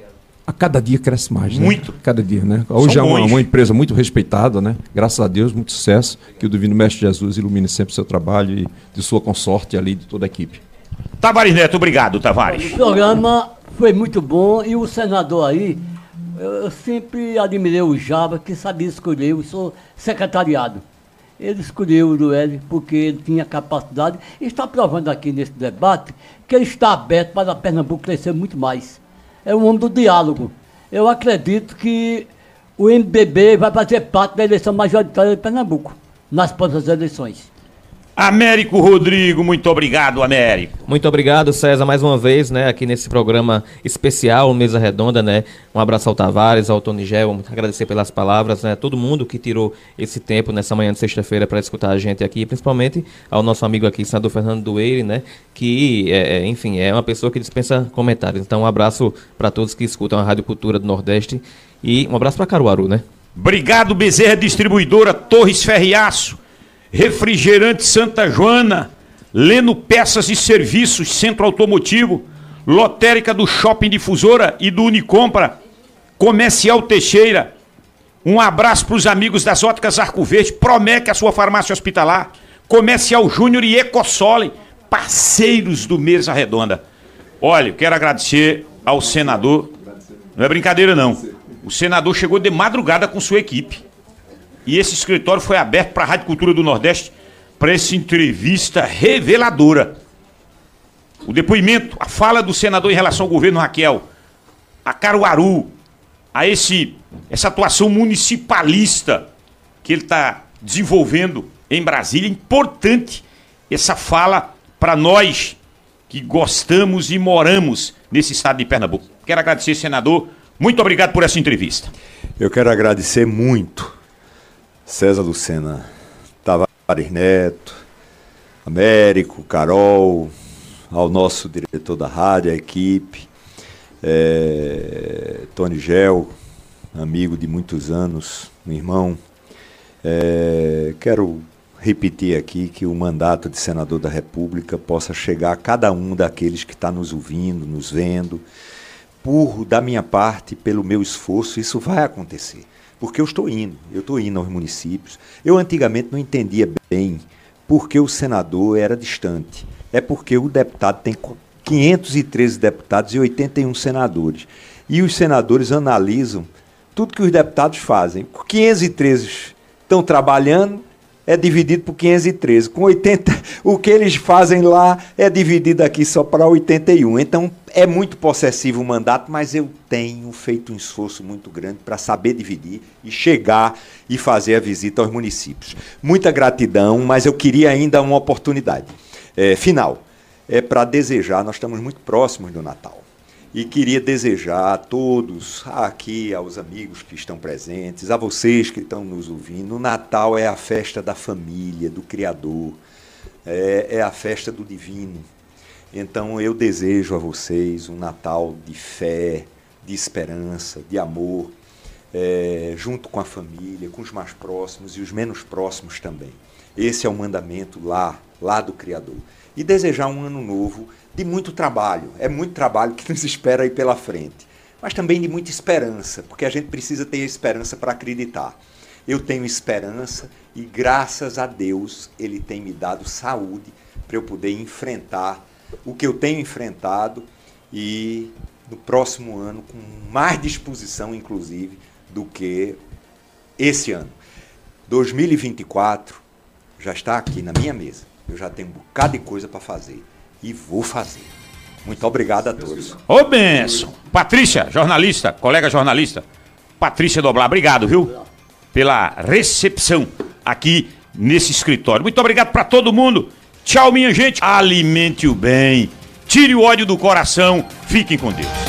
a cada dia cresce mais, né? Muito. Cada dia, né? Hoje é uma, uma empresa muito respeitada, né? Graças a Deus, muito sucesso. Que o Divino Mestre Jesus ilumine sempre o seu trabalho e de sua consorte ali, de toda a equipe. Tavares Neto, obrigado, Tavares. O programa foi muito bom e o senador aí, eu sempre admirei o Jarbas, que sabia escolher o seu secretariado. Ele escolheu o Doeire porque ele tinha capacidade e está provando aqui nesse debate que ele está aberto para Pernambuco crescer muito mais. É um homem do diálogo. Eu acredito que o M D B vai fazer parte da eleição majoritária de Pernambuco, nas próximas eleições. Américo Rodrigo, muito obrigado, Américo. Muito obrigado, César, mais uma vez, né, aqui nesse programa especial, Mesa Redonda, né, um abraço ao Tavares, ao Tony Gel, muito agradecer pelas palavras, né, todo mundo que tirou esse tempo nessa manhã de sexta-feira para escutar a gente aqui, principalmente ao nosso amigo aqui, senador Fernando Doeire, né, que, é, enfim, é uma pessoa que dispensa comentários. Então, um abraço para todos que escutam a Rádio Cultura do Nordeste e um abraço para Caruaru, né. Obrigado, Bezerra Distribuidora, Torres Ferriaço, Refrigerante Santa Joana, Leno Peças e Serviços, Centro Automotivo, Lotérica do Shopping Difusora e do Unicompra, Comercial Teixeira. Um abraço para os amigos das Óticas Arco Verde, Promec, a sua farmácia hospitalar, Comercial Júnior e Ecosole, parceiros do Mesa Redonda. Olha, eu quero agradecer ao senador, não é brincadeira não, o senador chegou de madrugada com sua equipe. E esse escritório foi aberto para a Rádio Cultura do Nordeste para essa entrevista reveladora. O depoimento, a fala do senador em relação ao governo Raquel, a Caruaru, a esse, essa atuação municipalista que ele está desenvolvendo em Brasília. Importante essa fala para nós que gostamos e moramos nesse estado de Pernambuco. Quero agradecer, senador. Muito obrigado por essa entrevista. Eu quero agradecer muito César Lucena, Tavares Neto, Américo, Carol, ao nosso diretor da rádio, a equipe, é, Tony Gel, amigo de muitos anos, um irmão. É, quero repetir aqui que o mandato de senador da República possa chegar a cada um daqueles que está nos ouvindo, nos vendo. Por, da minha parte, pelo meu esforço, isso vai acontecer. Porque eu estou indo, eu estou indo aos municípios. Eu antigamente não entendia bem porque o senador era distante. É porque o deputado tem quinhentos e treze deputados e oitenta e um senadores. E os senadores analisam tudo que os deputados fazem. quinhentos e treze estão trabalhando, é dividido por quinhentos e treze. Com oitenta, o que eles fazem lá é dividido aqui só para oitenta e um. Então, é muito possessivo o mandato, mas eu tenho feito um esforço muito grande para saber dividir e chegar e fazer a visita aos municípios. Muita gratidão, mas eu queria ainda uma oportunidade. É, final, é para desejar, nós estamos muito próximos do Natal. E queria desejar a todos, aqui aos amigos que estão presentes, a vocês que estão nos ouvindo, o Natal é a festa da família, do Criador, é, é a festa do Divino. Então eu desejo a vocês um Natal de fé, de esperança, de amor, é, junto com a família, com os mais próximos e os menos próximos também. Esse é o mandamento lá, lá do Criador. E desejar um ano novo de muito trabalho. É muito trabalho que nos espera aí pela frente. Mas também de muita esperança, porque a gente precisa ter esperança para acreditar. Eu tenho esperança e, graças a Deus, Ele tem me dado saúde para eu poder enfrentar o que eu tenho enfrentado e no próximo ano com mais disposição, inclusive, do que esse ano. dois mil e vinte e quatro já está aqui na minha mesa. Eu já tenho um bocado de coisa para fazer. E vou fazer. Muito obrigado a todos. Ô, benção. Patrícia, jornalista, colega jornalista. Patrícia Doblar, obrigado, viu? Pela recepção aqui nesse escritório. Muito obrigado para todo mundo. Tchau, minha gente. Alimente o bem. Tire o ódio do coração. Fiquem com Deus.